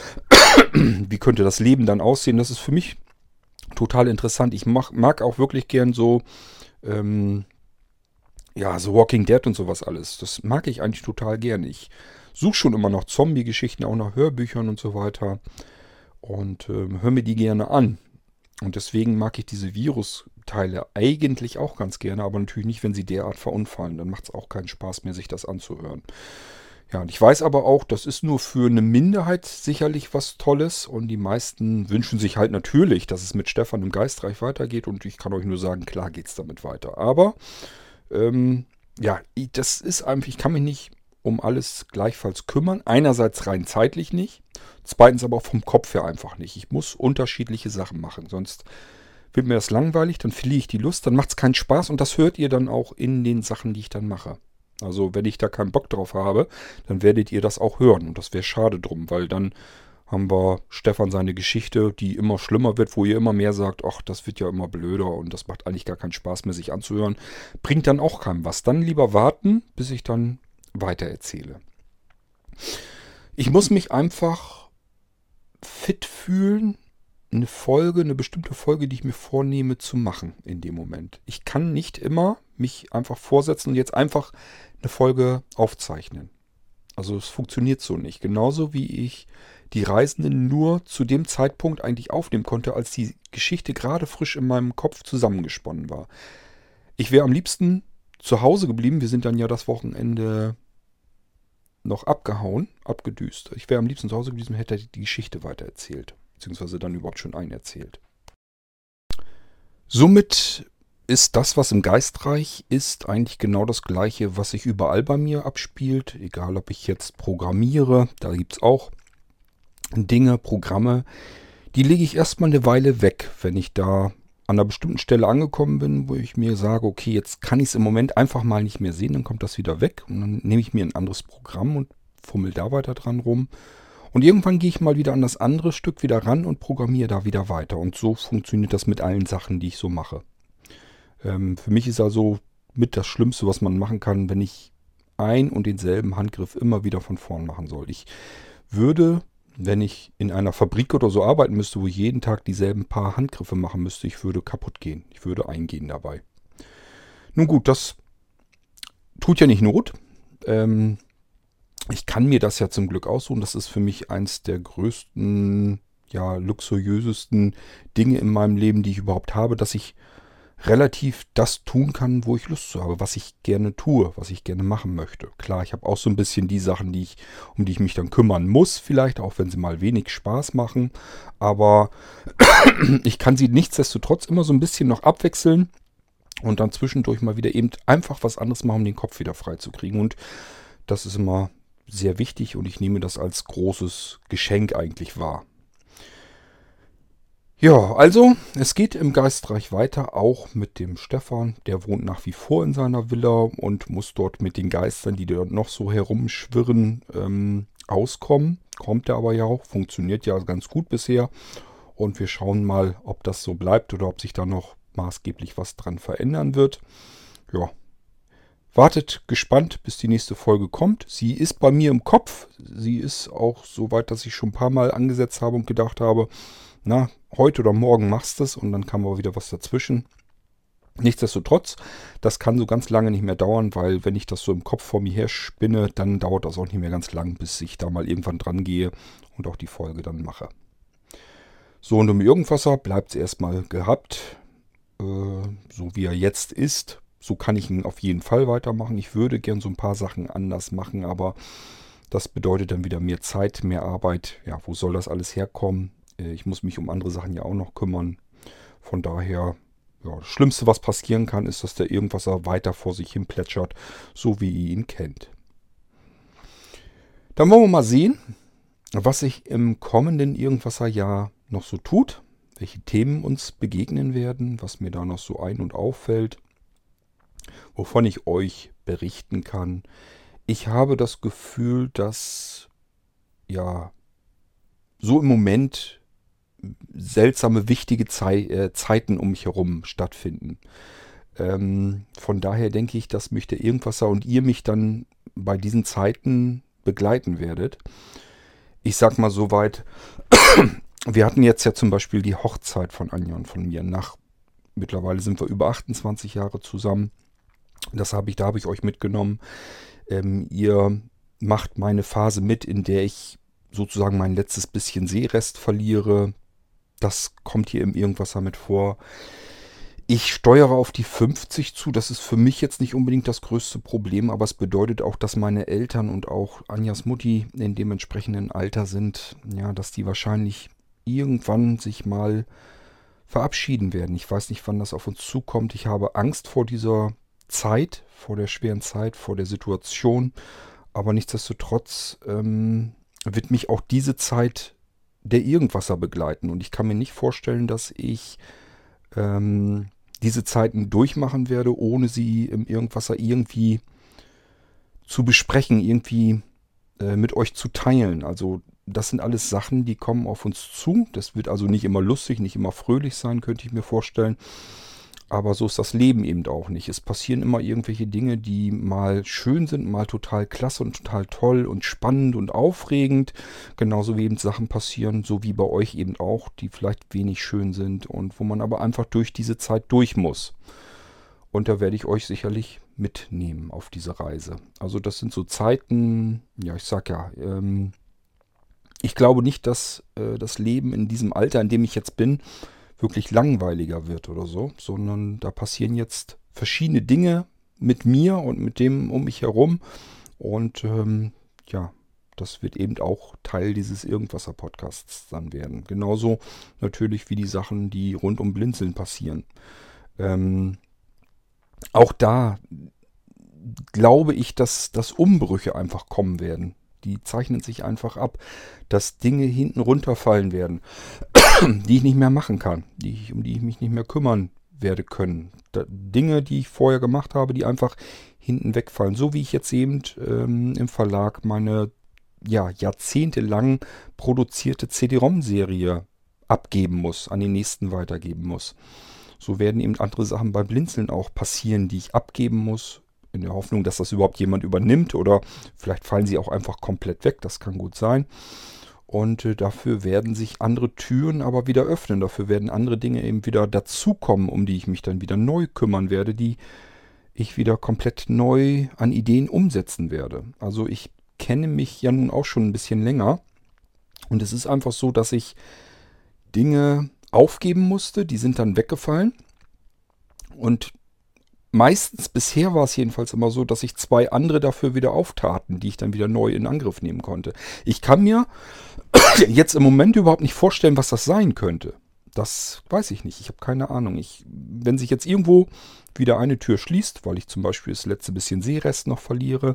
Wie könnte das Leben dann aussehen? Das ist für mich total interessant. Ich mag, mag auch wirklich gern so, ähm, ja, so Walking Dead und sowas alles. Das mag ich eigentlich total gern. Ich suche schon immer noch Zombie-Geschichten, auch nach Hörbüchern und so weiter. Und ähm, höre mir die gerne an. Und deswegen mag ich diese Virus-Teile eigentlich auch ganz gerne, aber natürlich nicht, wenn sie derart verunfallen. Dann macht es auch keinen Spaß mehr, sich das anzuhören. Ja, und ich weiß aber auch, das ist nur für eine Minderheit sicherlich was Tolles und die meisten wünschen sich halt natürlich, dass es mit Stefan im Geistreich weitergeht und ich kann euch nur sagen, klar geht es damit weiter. Aber, ähm, ja, das ist einfach, ich kann mich nicht um alles gleichfalls kümmern. Einerseits rein zeitlich nicht, zweitens aber auch vom Kopf her einfach nicht. Ich muss unterschiedliche Sachen machen, sonst wird mir das langweilig, dann verliere ich die Lust, dann macht es keinen Spaß und das hört ihr dann auch in den Sachen, die ich dann mache. Also wenn ich da keinen Bock drauf habe, dann werdet ihr das auch hören. Und das wäre schade drum, weil dann haben wir Stefan seine Geschichte, die immer schlimmer wird, wo ihr immer mehr sagt, ach, das wird ja immer blöder und das macht eigentlich gar keinen Spaß mehr, sich anzuhören. Bringt dann auch keinem was. Dann lieber warten, bis ich dann weiter erzähle. Ich muss mich einfach fit fühlen, eine Folge, eine bestimmte Folge, die ich mir vornehme zu machen in dem Moment. Ich kann nicht immer mich einfach vorsetzen und jetzt einfach eine Folge aufzeichnen. Also es funktioniert so nicht. Genauso wie ich die Reisenden nur zu dem Zeitpunkt eigentlich aufnehmen konnte, als die Geschichte gerade frisch in meinem Kopf zusammengesponnen war. Ich wäre am liebsten zu Hause geblieben. Wir sind dann ja das Wochenende noch abgehauen, abgedüst. Ich wäre am liebsten zu Hause geblieben und hätte die Geschichte weitererzählt. Beziehungsweise dann überhaupt schon einerzählt. Somit ist das, was im Geistreich ist, eigentlich genau das Gleiche, was sich überall bei mir abspielt. Egal, ob ich jetzt programmiere, da gibt es auch Dinge, Programme, die lege ich erstmal eine Weile weg, wenn ich da an einer bestimmten Stelle angekommen bin, wo ich mir sage, okay, jetzt kann ich es im Moment einfach mal nicht mehr sehen, dann kommt das wieder weg und dann nehme ich mir ein anderes Programm und fummel da weiter dran rum. Und irgendwann gehe ich mal wieder an das andere Stück wieder ran und programmiere da wieder weiter. Und so funktioniert das mit allen Sachen, die ich so mache. Ähm, für mich ist also mit das Schlimmste, was man machen kann, wenn ich ein und denselben Handgriff immer wieder von vorn machen soll. Ich würde, wenn ich in einer Fabrik oder so arbeiten müsste, wo ich jeden Tag dieselben paar Handgriffe machen müsste, ich würde kaputt gehen. Ich würde eingehen dabei. Nun gut, das tut ja nicht Not. Ähm, Ich kann mir das ja zum Glück aussuchen. Das ist für mich eins der größten, ja, luxuriösesten Dinge in meinem Leben, die ich überhaupt habe, dass ich relativ das tun kann, wo ich Lust zu habe, was ich gerne tue, was ich gerne machen möchte. Klar, ich habe auch so ein bisschen die Sachen, die ich, um die ich mich dann kümmern muss, vielleicht, auch wenn sie mal wenig Spaß machen. Aber ich kann sie nichtsdestotrotz immer so ein bisschen noch abwechseln. Und dann zwischendurch mal wieder eben einfach was anderes machen, um den Kopf wieder frei zu kriegen. Und das ist immer sehr wichtig und ich nehme das als großes Geschenk eigentlich wahr. Ja, also es geht im Geistreich weiter, auch mit dem Stefan. Der wohnt nach wie vor in seiner Villa und muss dort mit den Geistern, die dort noch so herumschwirren, ähm, auskommen. Kommt er aber ja auch, funktioniert ja ganz gut bisher. Und wir schauen mal, ob das so bleibt oder ob sich da noch maßgeblich was dran verändern wird. Ja, wartet gespannt, bis die nächste Folge kommt. Sie ist bei mir im Kopf. Sie ist auch so weit, dass ich schon ein paar Mal angesetzt habe und gedacht habe, na, heute oder morgen machst du es und dann kam aber wieder was dazwischen. Nichtsdestotrotz, das kann so ganz lange nicht mehr dauern, weil wenn ich das so im Kopf vor mir her spinne, dann dauert das auch nicht mehr ganz lang, bis ich da mal irgendwann dran gehe und auch die Folge dann mache. So, und um Irgendwasser bleibt es erstmal gehabt, äh, so wie er jetzt ist. So kann ich ihn auf jeden Fall weitermachen. Ich würde gern so ein paar Sachen anders machen, aber das bedeutet dann wieder mehr Zeit, mehr Arbeit. Ja, wo soll das alles herkommen? Ich muss mich um andere Sachen ja auch noch kümmern. Von daher, ja, das Schlimmste, was passieren kann, ist, dass der Irgendwasser weiter vor sich hin plätschert, so wie ihr ihn kennt. Dann wollen wir mal sehen, was sich im kommenden Irgendwasserjahr noch so tut, welche Themen uns begegnen werden, was mir da noch so ein- und auffällt, wovon ich euch berichten kann. Ich habe das Gefühl, dass ja so im Moment seltsame, wichtige Zei- äh, Zeiten um mich herum stattfinden. Ähm, von daher denke ich, dass mich der Irgendwasser und ihr mich dann bei diesen Zeiten begleiten werdet. Ich sag mal so weit, wir hatten jetzt ja zum Beispiel die Hochzeit von Anja und von mir. Nach, mittlerweile sind wir über achtundzwanzig Jahre zusammen. Das habe ich, da habe ich euch mitgenommen. Ähm, ihr macht meine Phase mit, in der ich sozusagen mein letztes bisschen Seerest verliere. Das kommt hier im Irgendwasser mit vor. Ich steuere auf die fünfzig zu. Das ist für mich jetzt nicht unbedingt das größte Problem, aber es bedeutet auch, dass meine Eltern und auch Anjas Mutti in dem entsprechenden Alter sind, ja, dass die wahrscheinlich irgendwann sich mal verabschieden werden. Ich weiß nicht, wann das auf uns zukommt. Ich habe Angst vor dieser Zeit, vor der schweren Zeit, vor der Situation. Aber nichtsdestotrotz ähm, wird mich auch diese Zeit der Irgendwasser begleiten. Und ich kann mir nicht vorstellen, dass ich ähm, diese Zeiten durchmachen werde, ohne sie im Irgendwasser irgendwie zu besprechen, irgendwie äh, mit euch zu teilen. Also das sind alles Sachen, die kommen auf uns zu. Das wird also nicht immer lustig, nicht immer fröhlich sein, könnte ich mir vorstellen. Aber so ist das Leben eben auch nicht. Es passieren immer irgendwelche Dinge, die mal schön sind, mal total klasse und total toll und spannend und aufregend. Genauso wie eben Sachen passieren, so wie bei euch eben auch, die vielleicht wenig schön sind und wo man aber einfach durch diese Zeit durch muss. Und da werde ich euch sicherlich mitnehmen auf diese Reise. Also das sind so Zeiten, ja, ich sag ja, ähm, ich glaube nicht, dass äh, das Leben in diesem Alter, in dem ich jetzt bin, wirklich langweiliger wird oder so, sondern da passieren jetzt verschiedene Dinge mit mir und mit dem um mich herum und ähm, ja, das wird eben auch Teil dieses Irgendwasser-Podcasts dann werden. Genauso natürlich wie die Sachen, die rund um Blinzeln passieren. Ähm, auch da glaube ich, dass, dass Umbrüche einfach kommen werden. Die zeichnen sich einfach ab, dass Dinge hinten runterfallen werden, die ich nicht mehr machen kann, die ich, um die ich mich nicht mehr kümmern werde können. Da, Dinge, die ich vorher gemacht habe, die einfach hinten wegfallen. So wie ich jetzt eben ähm, im Verlag meine ja, jahrzehntelang produzierte C D-ROM-Serie abgeben muss, an den nächsten weitergeben muss. So werden eben andere Sachen bei Blinzeln auch passieren, die ich abgeben muss, in der Hoffnung, dass das überhaupt jemand übernimmt oder vielleicht fallen sie auch einfach komplett weg, das kann gut sein. Und äh, dafür werden sich andere Türen aber wieder öffnen, dafür werden andere Dinge eben wieder dazukommen, um die ich mich dann wieder neu kümmern werde, die ich wieder komplett neu an Ideen umsetzen werde. Also ich kenne mich ja nun auch schon ein bisschen länger und es ist einfach so, dass ich Dinge aufgeben musste, die sind dann weggefallen und meistens, bisher war es jedenfalls immer so, dass sich zwei andere dafür wieder auftaten, die ich dann wieder neu in Angriff nehmen konnte. Ich kann mir jetzt im Moment überhaupt nicht vorstellen, was das sein könnte. Das weiß ich nicht. Ich habe keine Ahnung. Ich, wenn sich jetzt irgendwo wieder eine Tür schließt, weil ich zum Beispiel das letzte bisschen Seerest noch verliere,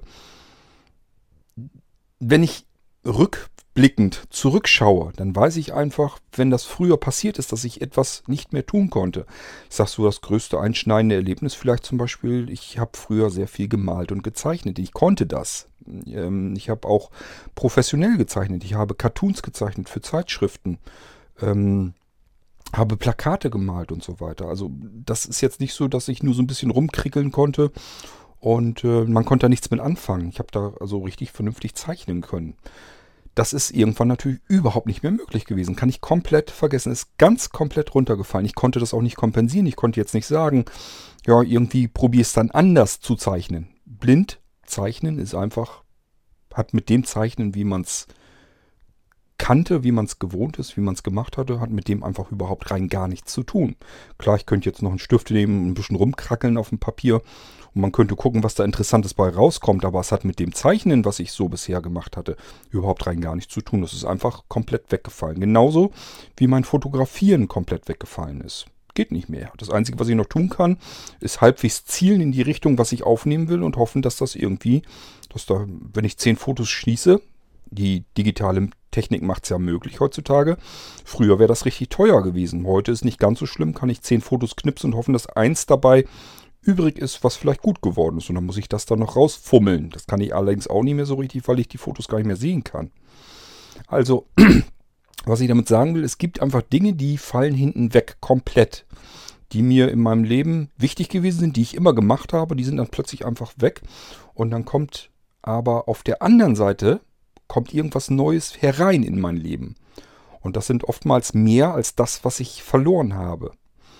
wenn ich rückblickend zurückschaue, dann weiß ich einfach, wenn das früher passiert ist, dass ich etwas nicht mehr tun konnte. Ich sage so, das größte einschneidende Erlebnis vielleicht zum Beispiel, ich habe früher sehr viel gemalt und gezeichnet. Ich konnte das. Ähm, ich habe auch professionell gezeichnet. Ich habe Cartoons gezeichnet für Zeitschriften. Ähm, habe Plakate gemalt und so weiter. Also das ist jetzt nicht so, dass ich nur so ein bisschen rumkrickeln konnte und äh, man konnte da nichts mit anfangen. Ich habe da also richtig vernünftig zeichnen können. Das ist irgendwann natürlich überhaupt nicht mehr möglich gewesen. Kann ich komplett vergessen. Ist ganz komplett runtergefallen. Ich konnte das auch nicht kompensieren. Ich konnte jetzt nicht sagen, ja, irgendwie probiere es dann anders zu zeichnen. Blind zeichnen ist einfach, hat mit dem Zeichnen, wie man es kannte, wie man es gewohnt ist, wie man es gemacht hatte, hat mit dem einfach überhaupt rein gar nichts zu tun. Klar, ich könnte jetzt noch einen Stift nehmen und ein bisschen rumkrackeln auf dem Papier und man könnte gucken, was da Interessantes bei rauskommt, aber es hat mit dem Zeichnen, was ich so bisher gemacht hatte, überhaupt rein gar nichts zu tun. Das ist einfach komplett weggefallen. Genauso wie mein Fotografieren komplett weggefallen ist. Geht nicht mehr. Das Einzige, was ich noch tun kann, ist halbwegs zielen in die Richtung, was ich aufnehmen will und hoffen, dass das irgendwie, dass da, wenn ich zehn Fotos schieße, die digitale Technik macht es ja möglich heutzutage. Früher wäre das richtig teuer gewesen. Heute ist nicht ganz so schlimm, kann ich zehn Fotos knipsen und hoffen, dass eins dabei übrig ist, was vielleicht gut geworden ist. Und dann muss ich das dann noch rausfummeln. Das kann ich allerdings auch nicht mehr so richtig, weil ich die Fotos gar nicht mehr sehen kann. Also, was ich damit sagen will, es gibt einfach Dinge, die fallen hinten weg, komplett. Die mir in meinem Leben wichtig gewesen sind, die ich immer gemacht habe, die sind dann plötzlich einfach weg. Und dann kommt aber auf der anderen Seite kommt irgendwas Neues herein in mein Leben. Und das sind oftmals mehr als das, was ich verloren habe.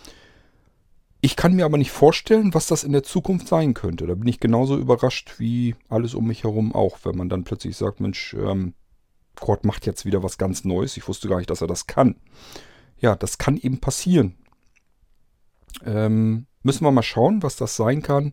Ich kann mir aber nicht vorstellen, was das in der Zukunft sein könnte. Da bin ich genauso überrascht wie alles um mich herum auch, wenn man dann plötzlich sagt, Mensch, ähm, Gott macht jetzt wieder was ganz Neues. Ich wusste gar nicht, dass er das kann. Ja, das kann eben passieren. Ähm, müssen wir mal schauen, was das sein kann.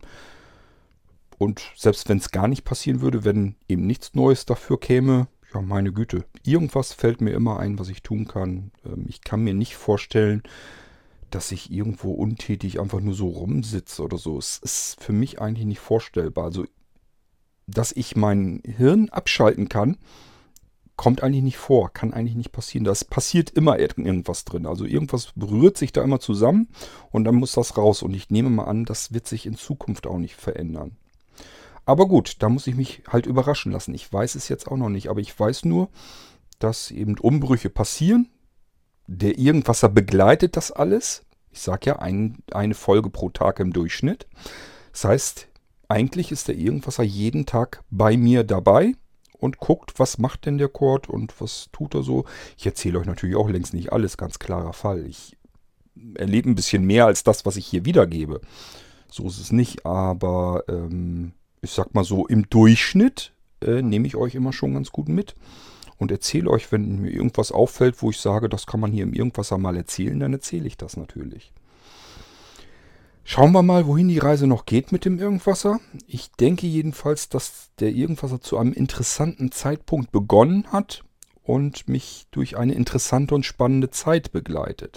Und selbst wenn es gar nicht passieren würde, wenn eben nichts Neues dafür käme, ja meine Güte, irgendwas fällt mir immer ein, was ich tun kann. Ähm, ich kann mir nicht vorstellen, dass ich irgendwo untätig einfach nur so rumsitze oder so. Es ist für mich eigentlich nicht vorstellbar. Also, dass ich mein Hirn abschalten kann, kommt eigentlich nicht vor, kann eigentlich nicht passieren. Das passiert immer irgendwas drin. Also irgendwas berührt sich da immer zusammen und dann muss das raus. Und ich nehme mal an, das wird sich in Zukunft auch nicht verändern. Aber gut, da muss ich mich halt überraschen lassen. Ich weiß es jetzt auch noch nicht, aber ich weiß nur, dass eben Umbrüche passieren. Der Irgendwasser begleitet das alles. Ich sage ja, ein, eine Folge pro Tag im Durchschnitt. Das heißt, eigentlich ist der Irgendwasser jeden Tag bei mir dabei und guckt, was macht denn der Kord und was tut er so. Ich erzähle euch natürlich auch längst nicht alles, ganz klarer Fall. Ich erlebe ein bisschen mehr als das, was ich hier wiedergebe. So ist es nicht, aber ähm, ich sag mal so, im Durchschnitt äh, nehme ich euch immer schon ganz gut mit und erzähle euch, wenn mir irgendwas auffällt, wo ich sage, das kann man hier im Irgendwasser mal erzählen, dann erzähle ich das natürlich. Schauen wir mal, wohin die Reise noch geht mit dem Irgendwasser. Ich denke jedenfalls, dass der Irgendwasser zu einem interessanten Zeitpunkt begonnen hat und mich durch eine interessante und spannende Zeit begleitet.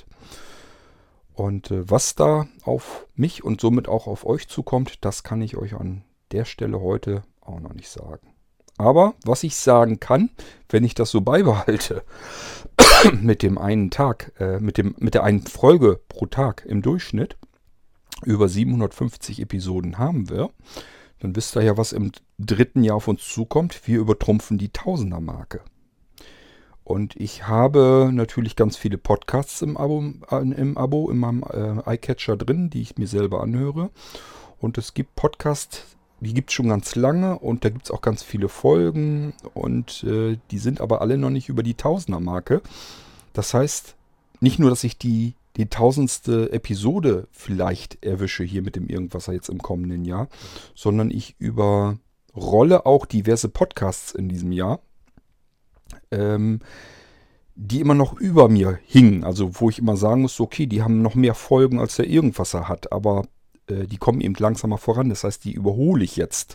Und äh, was da auf mich und somit auch auf euch zukommt, das kann ich euch an der Stelle heute auch noch nicht sagen. Aber was ich sagen kann, wenn ich das so beibehalte, mit dem einen Tag, äh, mit dem, mit der einen Folge pro Tag im Durchschnitt, über siebenhundertfünfzig Episoden haben wir, dann wisst ihr ja, was im dritten Jahr auf uns zukommt. Wir übertrumpfen die Tausender-Marke. Und ich habe natürlich ganz viele Podcasts im Abo, äh, im Abo, in meinem äh, iCatcher drin, die ich mir selber anhöre. Und es gibt Podcasts, die gibt es schon ganz lange und da gibt es auch ganz viele Folgen und äh, die sind aber alle noch nicht über die Tausender-Marke. Das heißt, nicht nur, dass ich die, die tausendste Episode vielleicht erwische hier mit dem Irgendwasser jetzt im kommenden Jahr, sondern ich überrolle auch diverse Podcasts in diesem Jahr, ähm, die immer noch über mir hingen. Also wo ich immer sagen muss, okay, die haben noch mehr Folgen, als der Irgendwasser hat, aber die kommen eben langsamer voran. Das heißt, die überhole ich jetzt.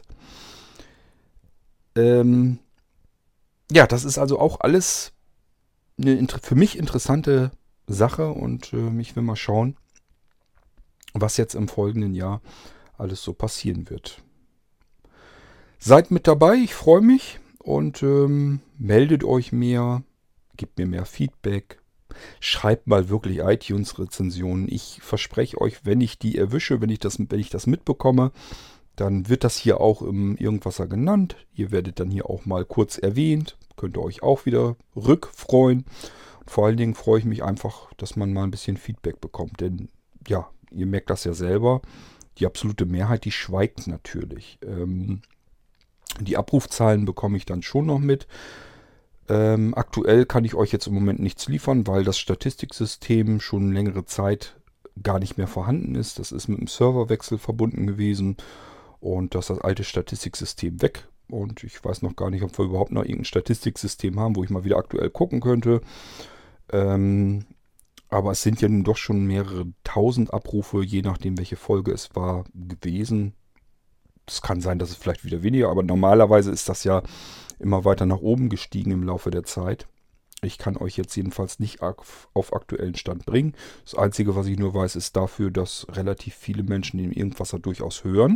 Ähm, ja, das ist also auch alles eine für mich interessante Sache und äh, ich will mal schauen, was jetzt im folgenden Jahr alles so passieren wird. Seid mit dabei, ich freue mich und ähm, meldet euch mehr, gebt mir mehr Feedback. Schreibt mal wirklich iTunes-Rezensionen. Ich verspreche euch, wenn ich die erwische, wenn ich das, wenn ich das mitbekomme, dann wird das hier auch im Irgendwasser genannt. Ihr werdet dann hier auch mal kurz erwähnt. Könnt ihr euch auch wieder rückfreuen. Und vor allen Dingen freue ich mich einfach, dass man mal ein bisschen Feedback bekommt. Denn ja, ihr merkt das ja selber. Die absolute Mehrheit, die schweigt natürlich. Ähm, die Abrufzahlen bekomme ich dann schon noch mit. Ähm, aktuell kann ich euch jetzt im Moment nichts liefern, weil das Statistiksystem schon längere Zeit gar nicht mehr vorhanden ist. Das ist mit einem Serverwechsel verbunden gewesen und das ist das alte Statistiksystem weg. Und ich weiß noch gar nicht, ob wir überhaupt noch irgendein Statistiksystem haben, wo ich mal wieder aktuell gucken könnte. Ähm, aber es sind ja nun doch schon mehrere tausend Abrufe, je nachdem welche Folge es war, gewesen. Es kann sein, dass es vielleicht wieder weniger, aber normalerweise ist das ja immer weiter nach oben gestiegen im Laufe der Zeit. Ich kann euch jetzt jedenfalls nicht auf, auf aktuellen Stand bringen. Das Einzige, was ich nur weiß, ist dafür, dass relativ viele Menschen den Irgendwasser durchaus hören.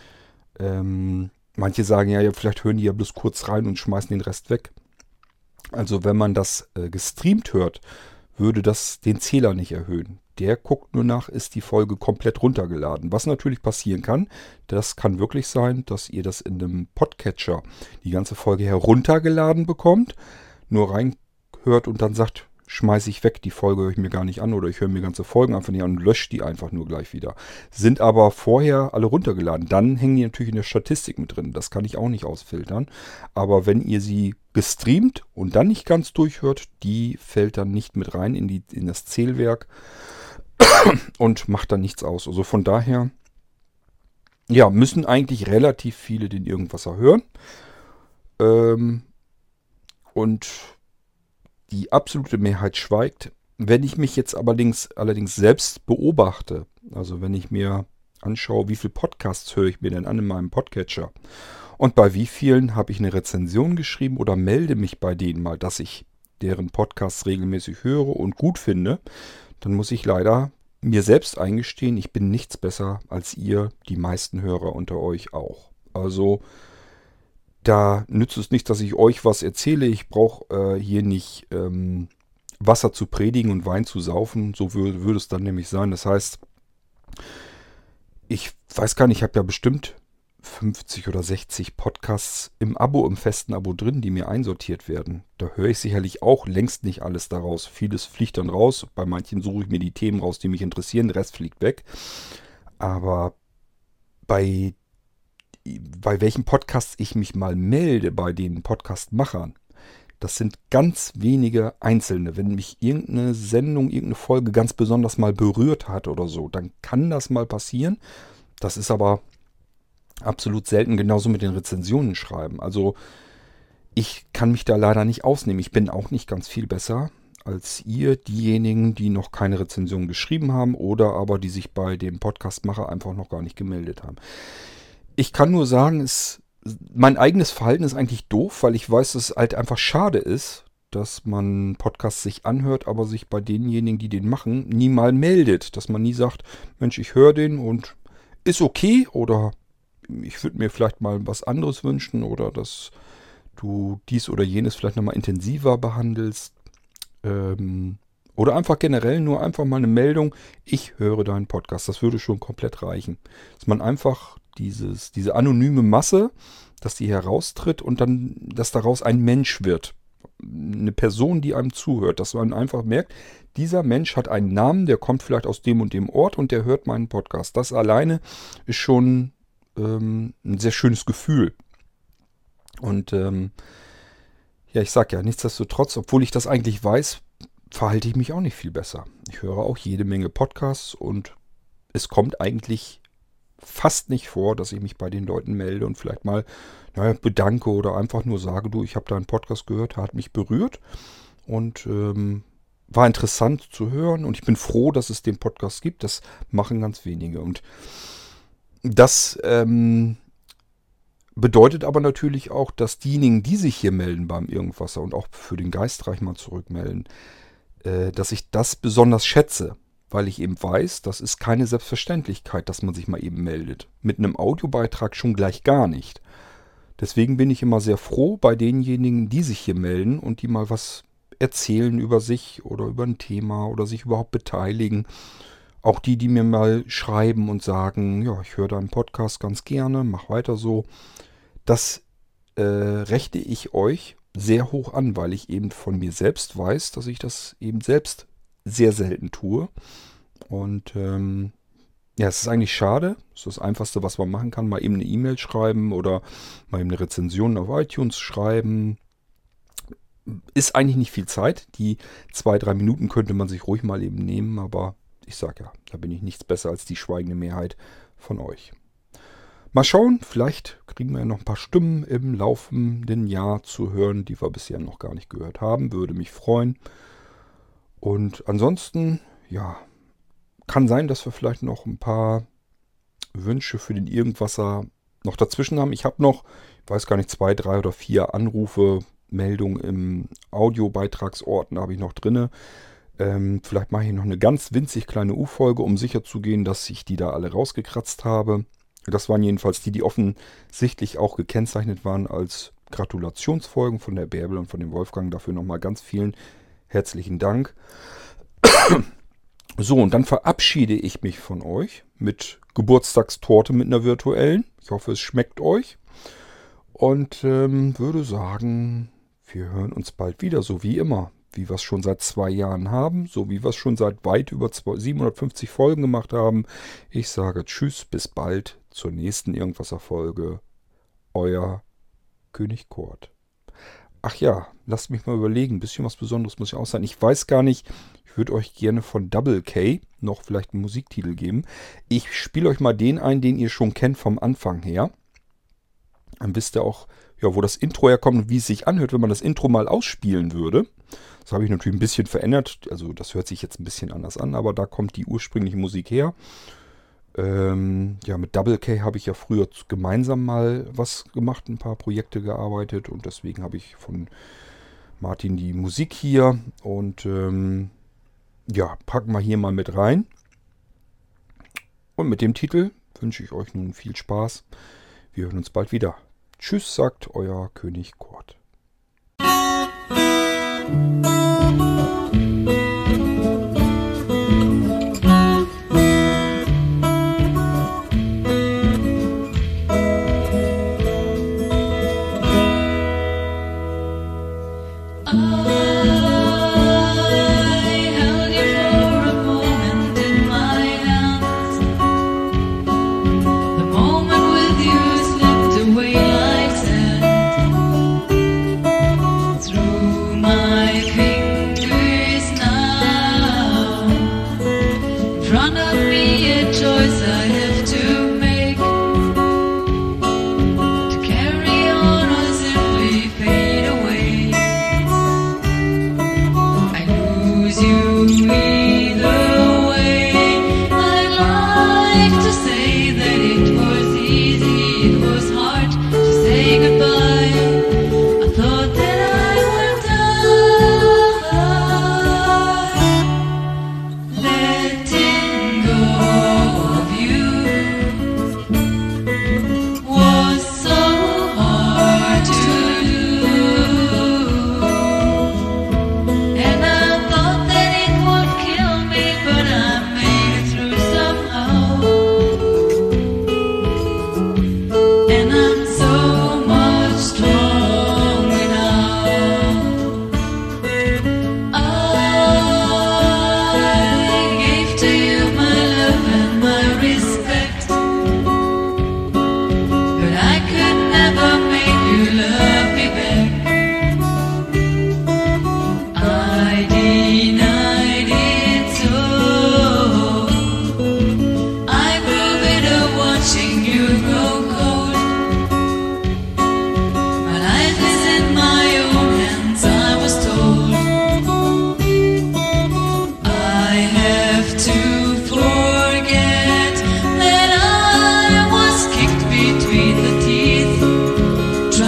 Ähm, manche sagen ja, ja, vielleicht hören die ja bloß kurz rein und schmeißen den Rest weg. Also wenn man das äh, gestreamt hört, würde das den Zähler nicht erhöhen. Der guckt nur nach, ist die Folge komplett runtergeladen. Was natürlich passieren kann, das kann wirklich sein, dass ihr das in einem Podcatcher die ganze Folge heruntergeladen bekommt, nur reinhört und dann sagt, schmeiße ich weg, die Folge höre ich mir gar nicht an oder ich höre mir ganze Folgen einfach nicht an und lösche die einfach nur gleich wieder. Sind aber vorher alle runtergeladen. Dann hängen die natürlich in der Statistik mit drin. Das kann ich auch nicht ausfiltern. Aber wenn ihr sie gestreamt und dann nicht ganz durchhört, die fällt dann nicht mit rein in, die, in das Zählwerk und macht dann nichts aus. Also von daher, ja, müssen eigentlich relativ viele den Irgendwasser hören. Ähm, und die absolute Mehrheit schweigt. Wenn ich mich jetzt allerdings, allerdings selbst beobachte, also wenn ich mir anschaue, wie viele Podcasts höre ich mir denn an in meinem Podcatcher und bei wie vielen habe ich eine Rezension geschrieben oder melde mich bei denen mal, dass ich deren Podcasts regelmäßig höre und gut finde, dann muss ich leider mir selbst eingestehen, ich bin nichts besser als ihr, die meisten Hörer unter euch auch. Also da nützt es nicht, dass ich euch was erzähle. Ich brauche äh, hier nicht ähm, Wasser zu predigen und Wein zu saufen. So würde, würde es dann nämlich sein. Das heißt, ich weiß gar nicht, ich habe ja bestimmt fünfzig oder sechzig Podcasts im Abo, im festen Abo drin, die mir einsortiert werden. Da höre ich sicherlich auch längst nicht alles daraus. Vieles fliegt dann raus. Bei manchen suche ich mir die Themen raus, die mich interessieren. Der Rest fliegt weg. Aber bei bei welchen Podcasts ich mich mal melde, bei den Podcast-Machern, das sind ganz wenige Einzelne. Wenn mich irgendeine Sendung, irgendeine Folge ganz besonders mal berührt hat oder so, dann kann das mal passieren. Das ist aber absolut selten, genauso mit den Rezensionen schreiben. Also ich kann mich da leider nicht ausnehmen. Ich bin auch nicht ganz viel besser als ihr, diejenigen, die noch keine Rezension geschrieben haben oder aber die sich bei dem Podcast-Macher einfach noch gar nicht gemeldet haben. Ich kann nur sagen, es, mein eigenes Verhalten ist eigentlich doof, weil ich weiß, dass es halt einfach schade ist, dass man Podcasts sich anhört, aber sich bei denjenigen, die den machen, nie mal meldet. Dass man nie sagt, Mensch, ich höre den und ist okay oder ich würde mir vielleicht mal was anderes wünschen oder dass du dies oder jenes vielleicht nochmal intensiver behandelst. Ähm, oder einfach generell nur einfach mal eine Meldung, ich höre deinen Podcast. Das würde schon komplett reichen. Dass man einfach Dieses, diese anonyme Masse, dass die heraustritt und dann, dass daraus ein Mensch wird. Eine Person, die einem zuhört. Dass man einfach merkt, dieser Mensch hat einen Namen, der kommt vielleicht aus dem und dem Ort und der hört meinen Podcast. Das alleine ist schon ähm, ein sehr schönes Gefühl. Und ähm, ja, ich sag ja, nichtsdestotrotz, obwohl ich das eigentlich weiß, verhalte ich mich auch nicht viel besser. Ich höre auch jede Menge Podcasts und es kommt eigentlich fast nicht vor, dass ich mich bei den Leuten melde und vielleicht mal naja, bedanke oder einfach nur sage, du, ich habe da einen Podcast gehört, hat mich berührt und ähm, war interessant zu hören und ich bin froh, dass es den Podcast gibt. Das machen ganz wenige und das ähm, bedeutet aber natürlich auch, dass diejenigen, die sich hier melden beim Irgendwasser und auch für den Geistreich mal zurückmelden, äh, dass ich das besonders schätze, weil ich eben weiß, das ist keine Selbstverständlichkeit, dass man sich mal eben meldet. Mit einem Audiobeitrag schon gleich gar nicht. Deswegen bin ich immer sehr froh bei denjenigen, die sich hier melden und die mal was erzählen über sich oder über ein Thema oder sich überhaupt beteiligen. Auch die, die mir mal schreiben und sagen, ja, ich höre deinen Podcast ganz gerne, mach weiter so. Das äh, rechne ich euch sehr hoch an, weil ich eben von mir selbst weiß, dass ich das eben selbst sehr selten tue. Und ähm, ja, es ist eigentlich schade. Das ist das Einfachste, was man machen kann. Mal eben eine E-Mail schreiben oder mal eben eine Rezension auf iTunes schreiben. Ist eigentlich nicht viel Zeit. Die zwei, drei Minuten könnte man sich ruhig mal eben nehmen, aber ich sage ja, da bin ich nichts besser als die schweigende Mehrheit von euch. Mal schauen, vielleicht kriegen wir ja noch ein paar Stimmen im laufenden Jahr zu hören, die wir bisher noch gar nicht gehört haben. Würde mich freuen. Und ansonsten, ja, kann sein, dass wir vielleicht noch ein paar Wünsche für den Irgendwasser noch dazwischen haben. Ich habe noch, ich weiß gar nicht, zwei, drei oder vier Anrufe, Meldungen im Audiobeitragsordner habe ich noch drinne. Ähm, vielleicht mache ich noch eine ganz winzig kleine U-Folge, um sicher zu gehen, dass ich die da alle rausgekratzt habe. Das waren jedenfalls die, die offensichtlich auch gekennzeichnet waren als Gratulationsfolgen von der Bärbel und von dem Wolfgang. Dafür nochmal ganz vielen herzlichen Dank. So, und dann verabschiede ich mich von euch mit Geburtstagstorte mit einer virtuellen. Ich hoffe, es schmeckt euch. Und ähm, würde sagen, wir hören uns bald wieder, so wie immer. Wie wir es schon seit zwei Jahren haben, so wie wir es schon seit weit über siebenhundertfünfzig Folgen gemacht haben. Ich sage Tschüss, bis bald zur nächsten Irgendwasser-Folge. Euer König Kurt. Ach ja, lasst mich mal überlegen, ein bisschen was Besonderes muss ja auch sein. Ich weiß gar nicht, ich würde euch gerne von Double K noch vielleicht einen Musiktitel geben. Ich spiele euch mal den ein, den ihr schon kennt vom Anfang her. Dann wisst ihr auch, ja, wo das Intro herkommt und wie es sich anhört, wenn man das Intro mal ausspielen würde. Das habe ich natürlich ein bisschen verändert. Also das hört sich jetzt ein bisschen anders an, aber da kommt die ursprüngliche Musik her. Ähm, ja, mit Double K habe ich ja früher gemeinsam mal was gemacht, ein paar Projekte gearbeitet. Und deswegen habe ich von Martin die Musik hier. Und ähm, ja, packen wir hier mal mit rein. Und mit dem Titel wünsche ich euch nun viel Spaß. Wir hören uns bald wieder. Tschüss, sagt euer König Kurt.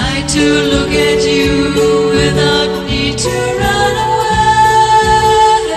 To look at you without need to run away.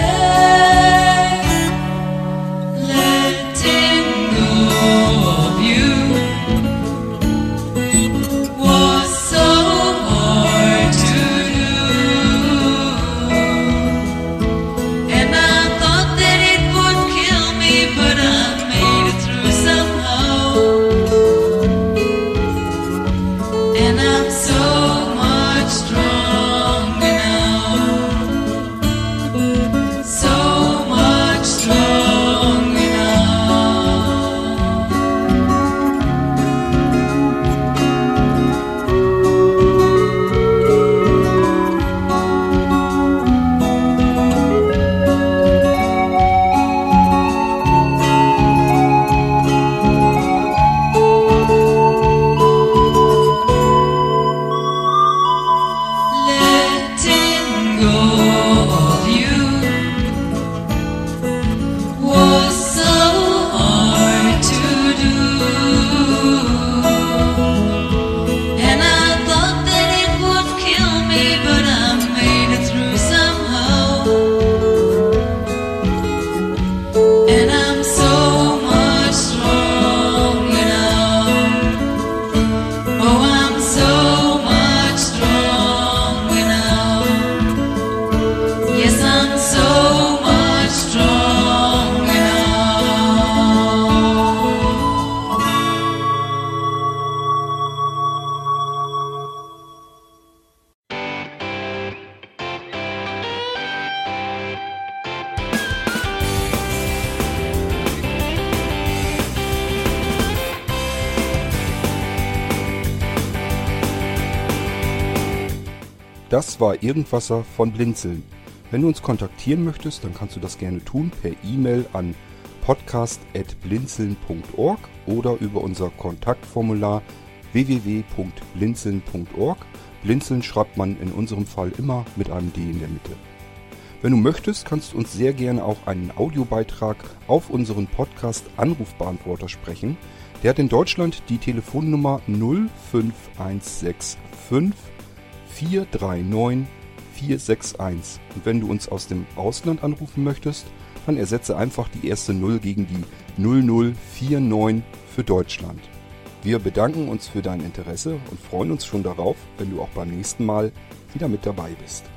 Das war Irgendwasser von Blinzeln. Wenn du uns kontaktieren möchtest, dann kannst du das gerne tun per E-Mail an podcast at blinzeln punkt org oder über unser Kontaktformular w w w punkt blinzeln punkt org. Blinzeln schreibt man in unserem Fall immer mit einem D in der Mitte. Wenn du möchtest, kannst du uns sehr gerne auch einen Audiobeitrag auf unseren Podcast-Anrufbeantworter sprechen. Der hat in Deutschland die Telefonnummer null fünf eins sechs fünf vier drei neun vier sechs eins. Und wenn du uns aus dem Ausland anrufen möchtest, dann ersetze einfach die erste null gegen die null null vier neun für Deutschland. Wir bedanken uns für dein Interesse und freuen uns schon darauf, wenn du auch beim nächsten Mal wieder mit dabei bist.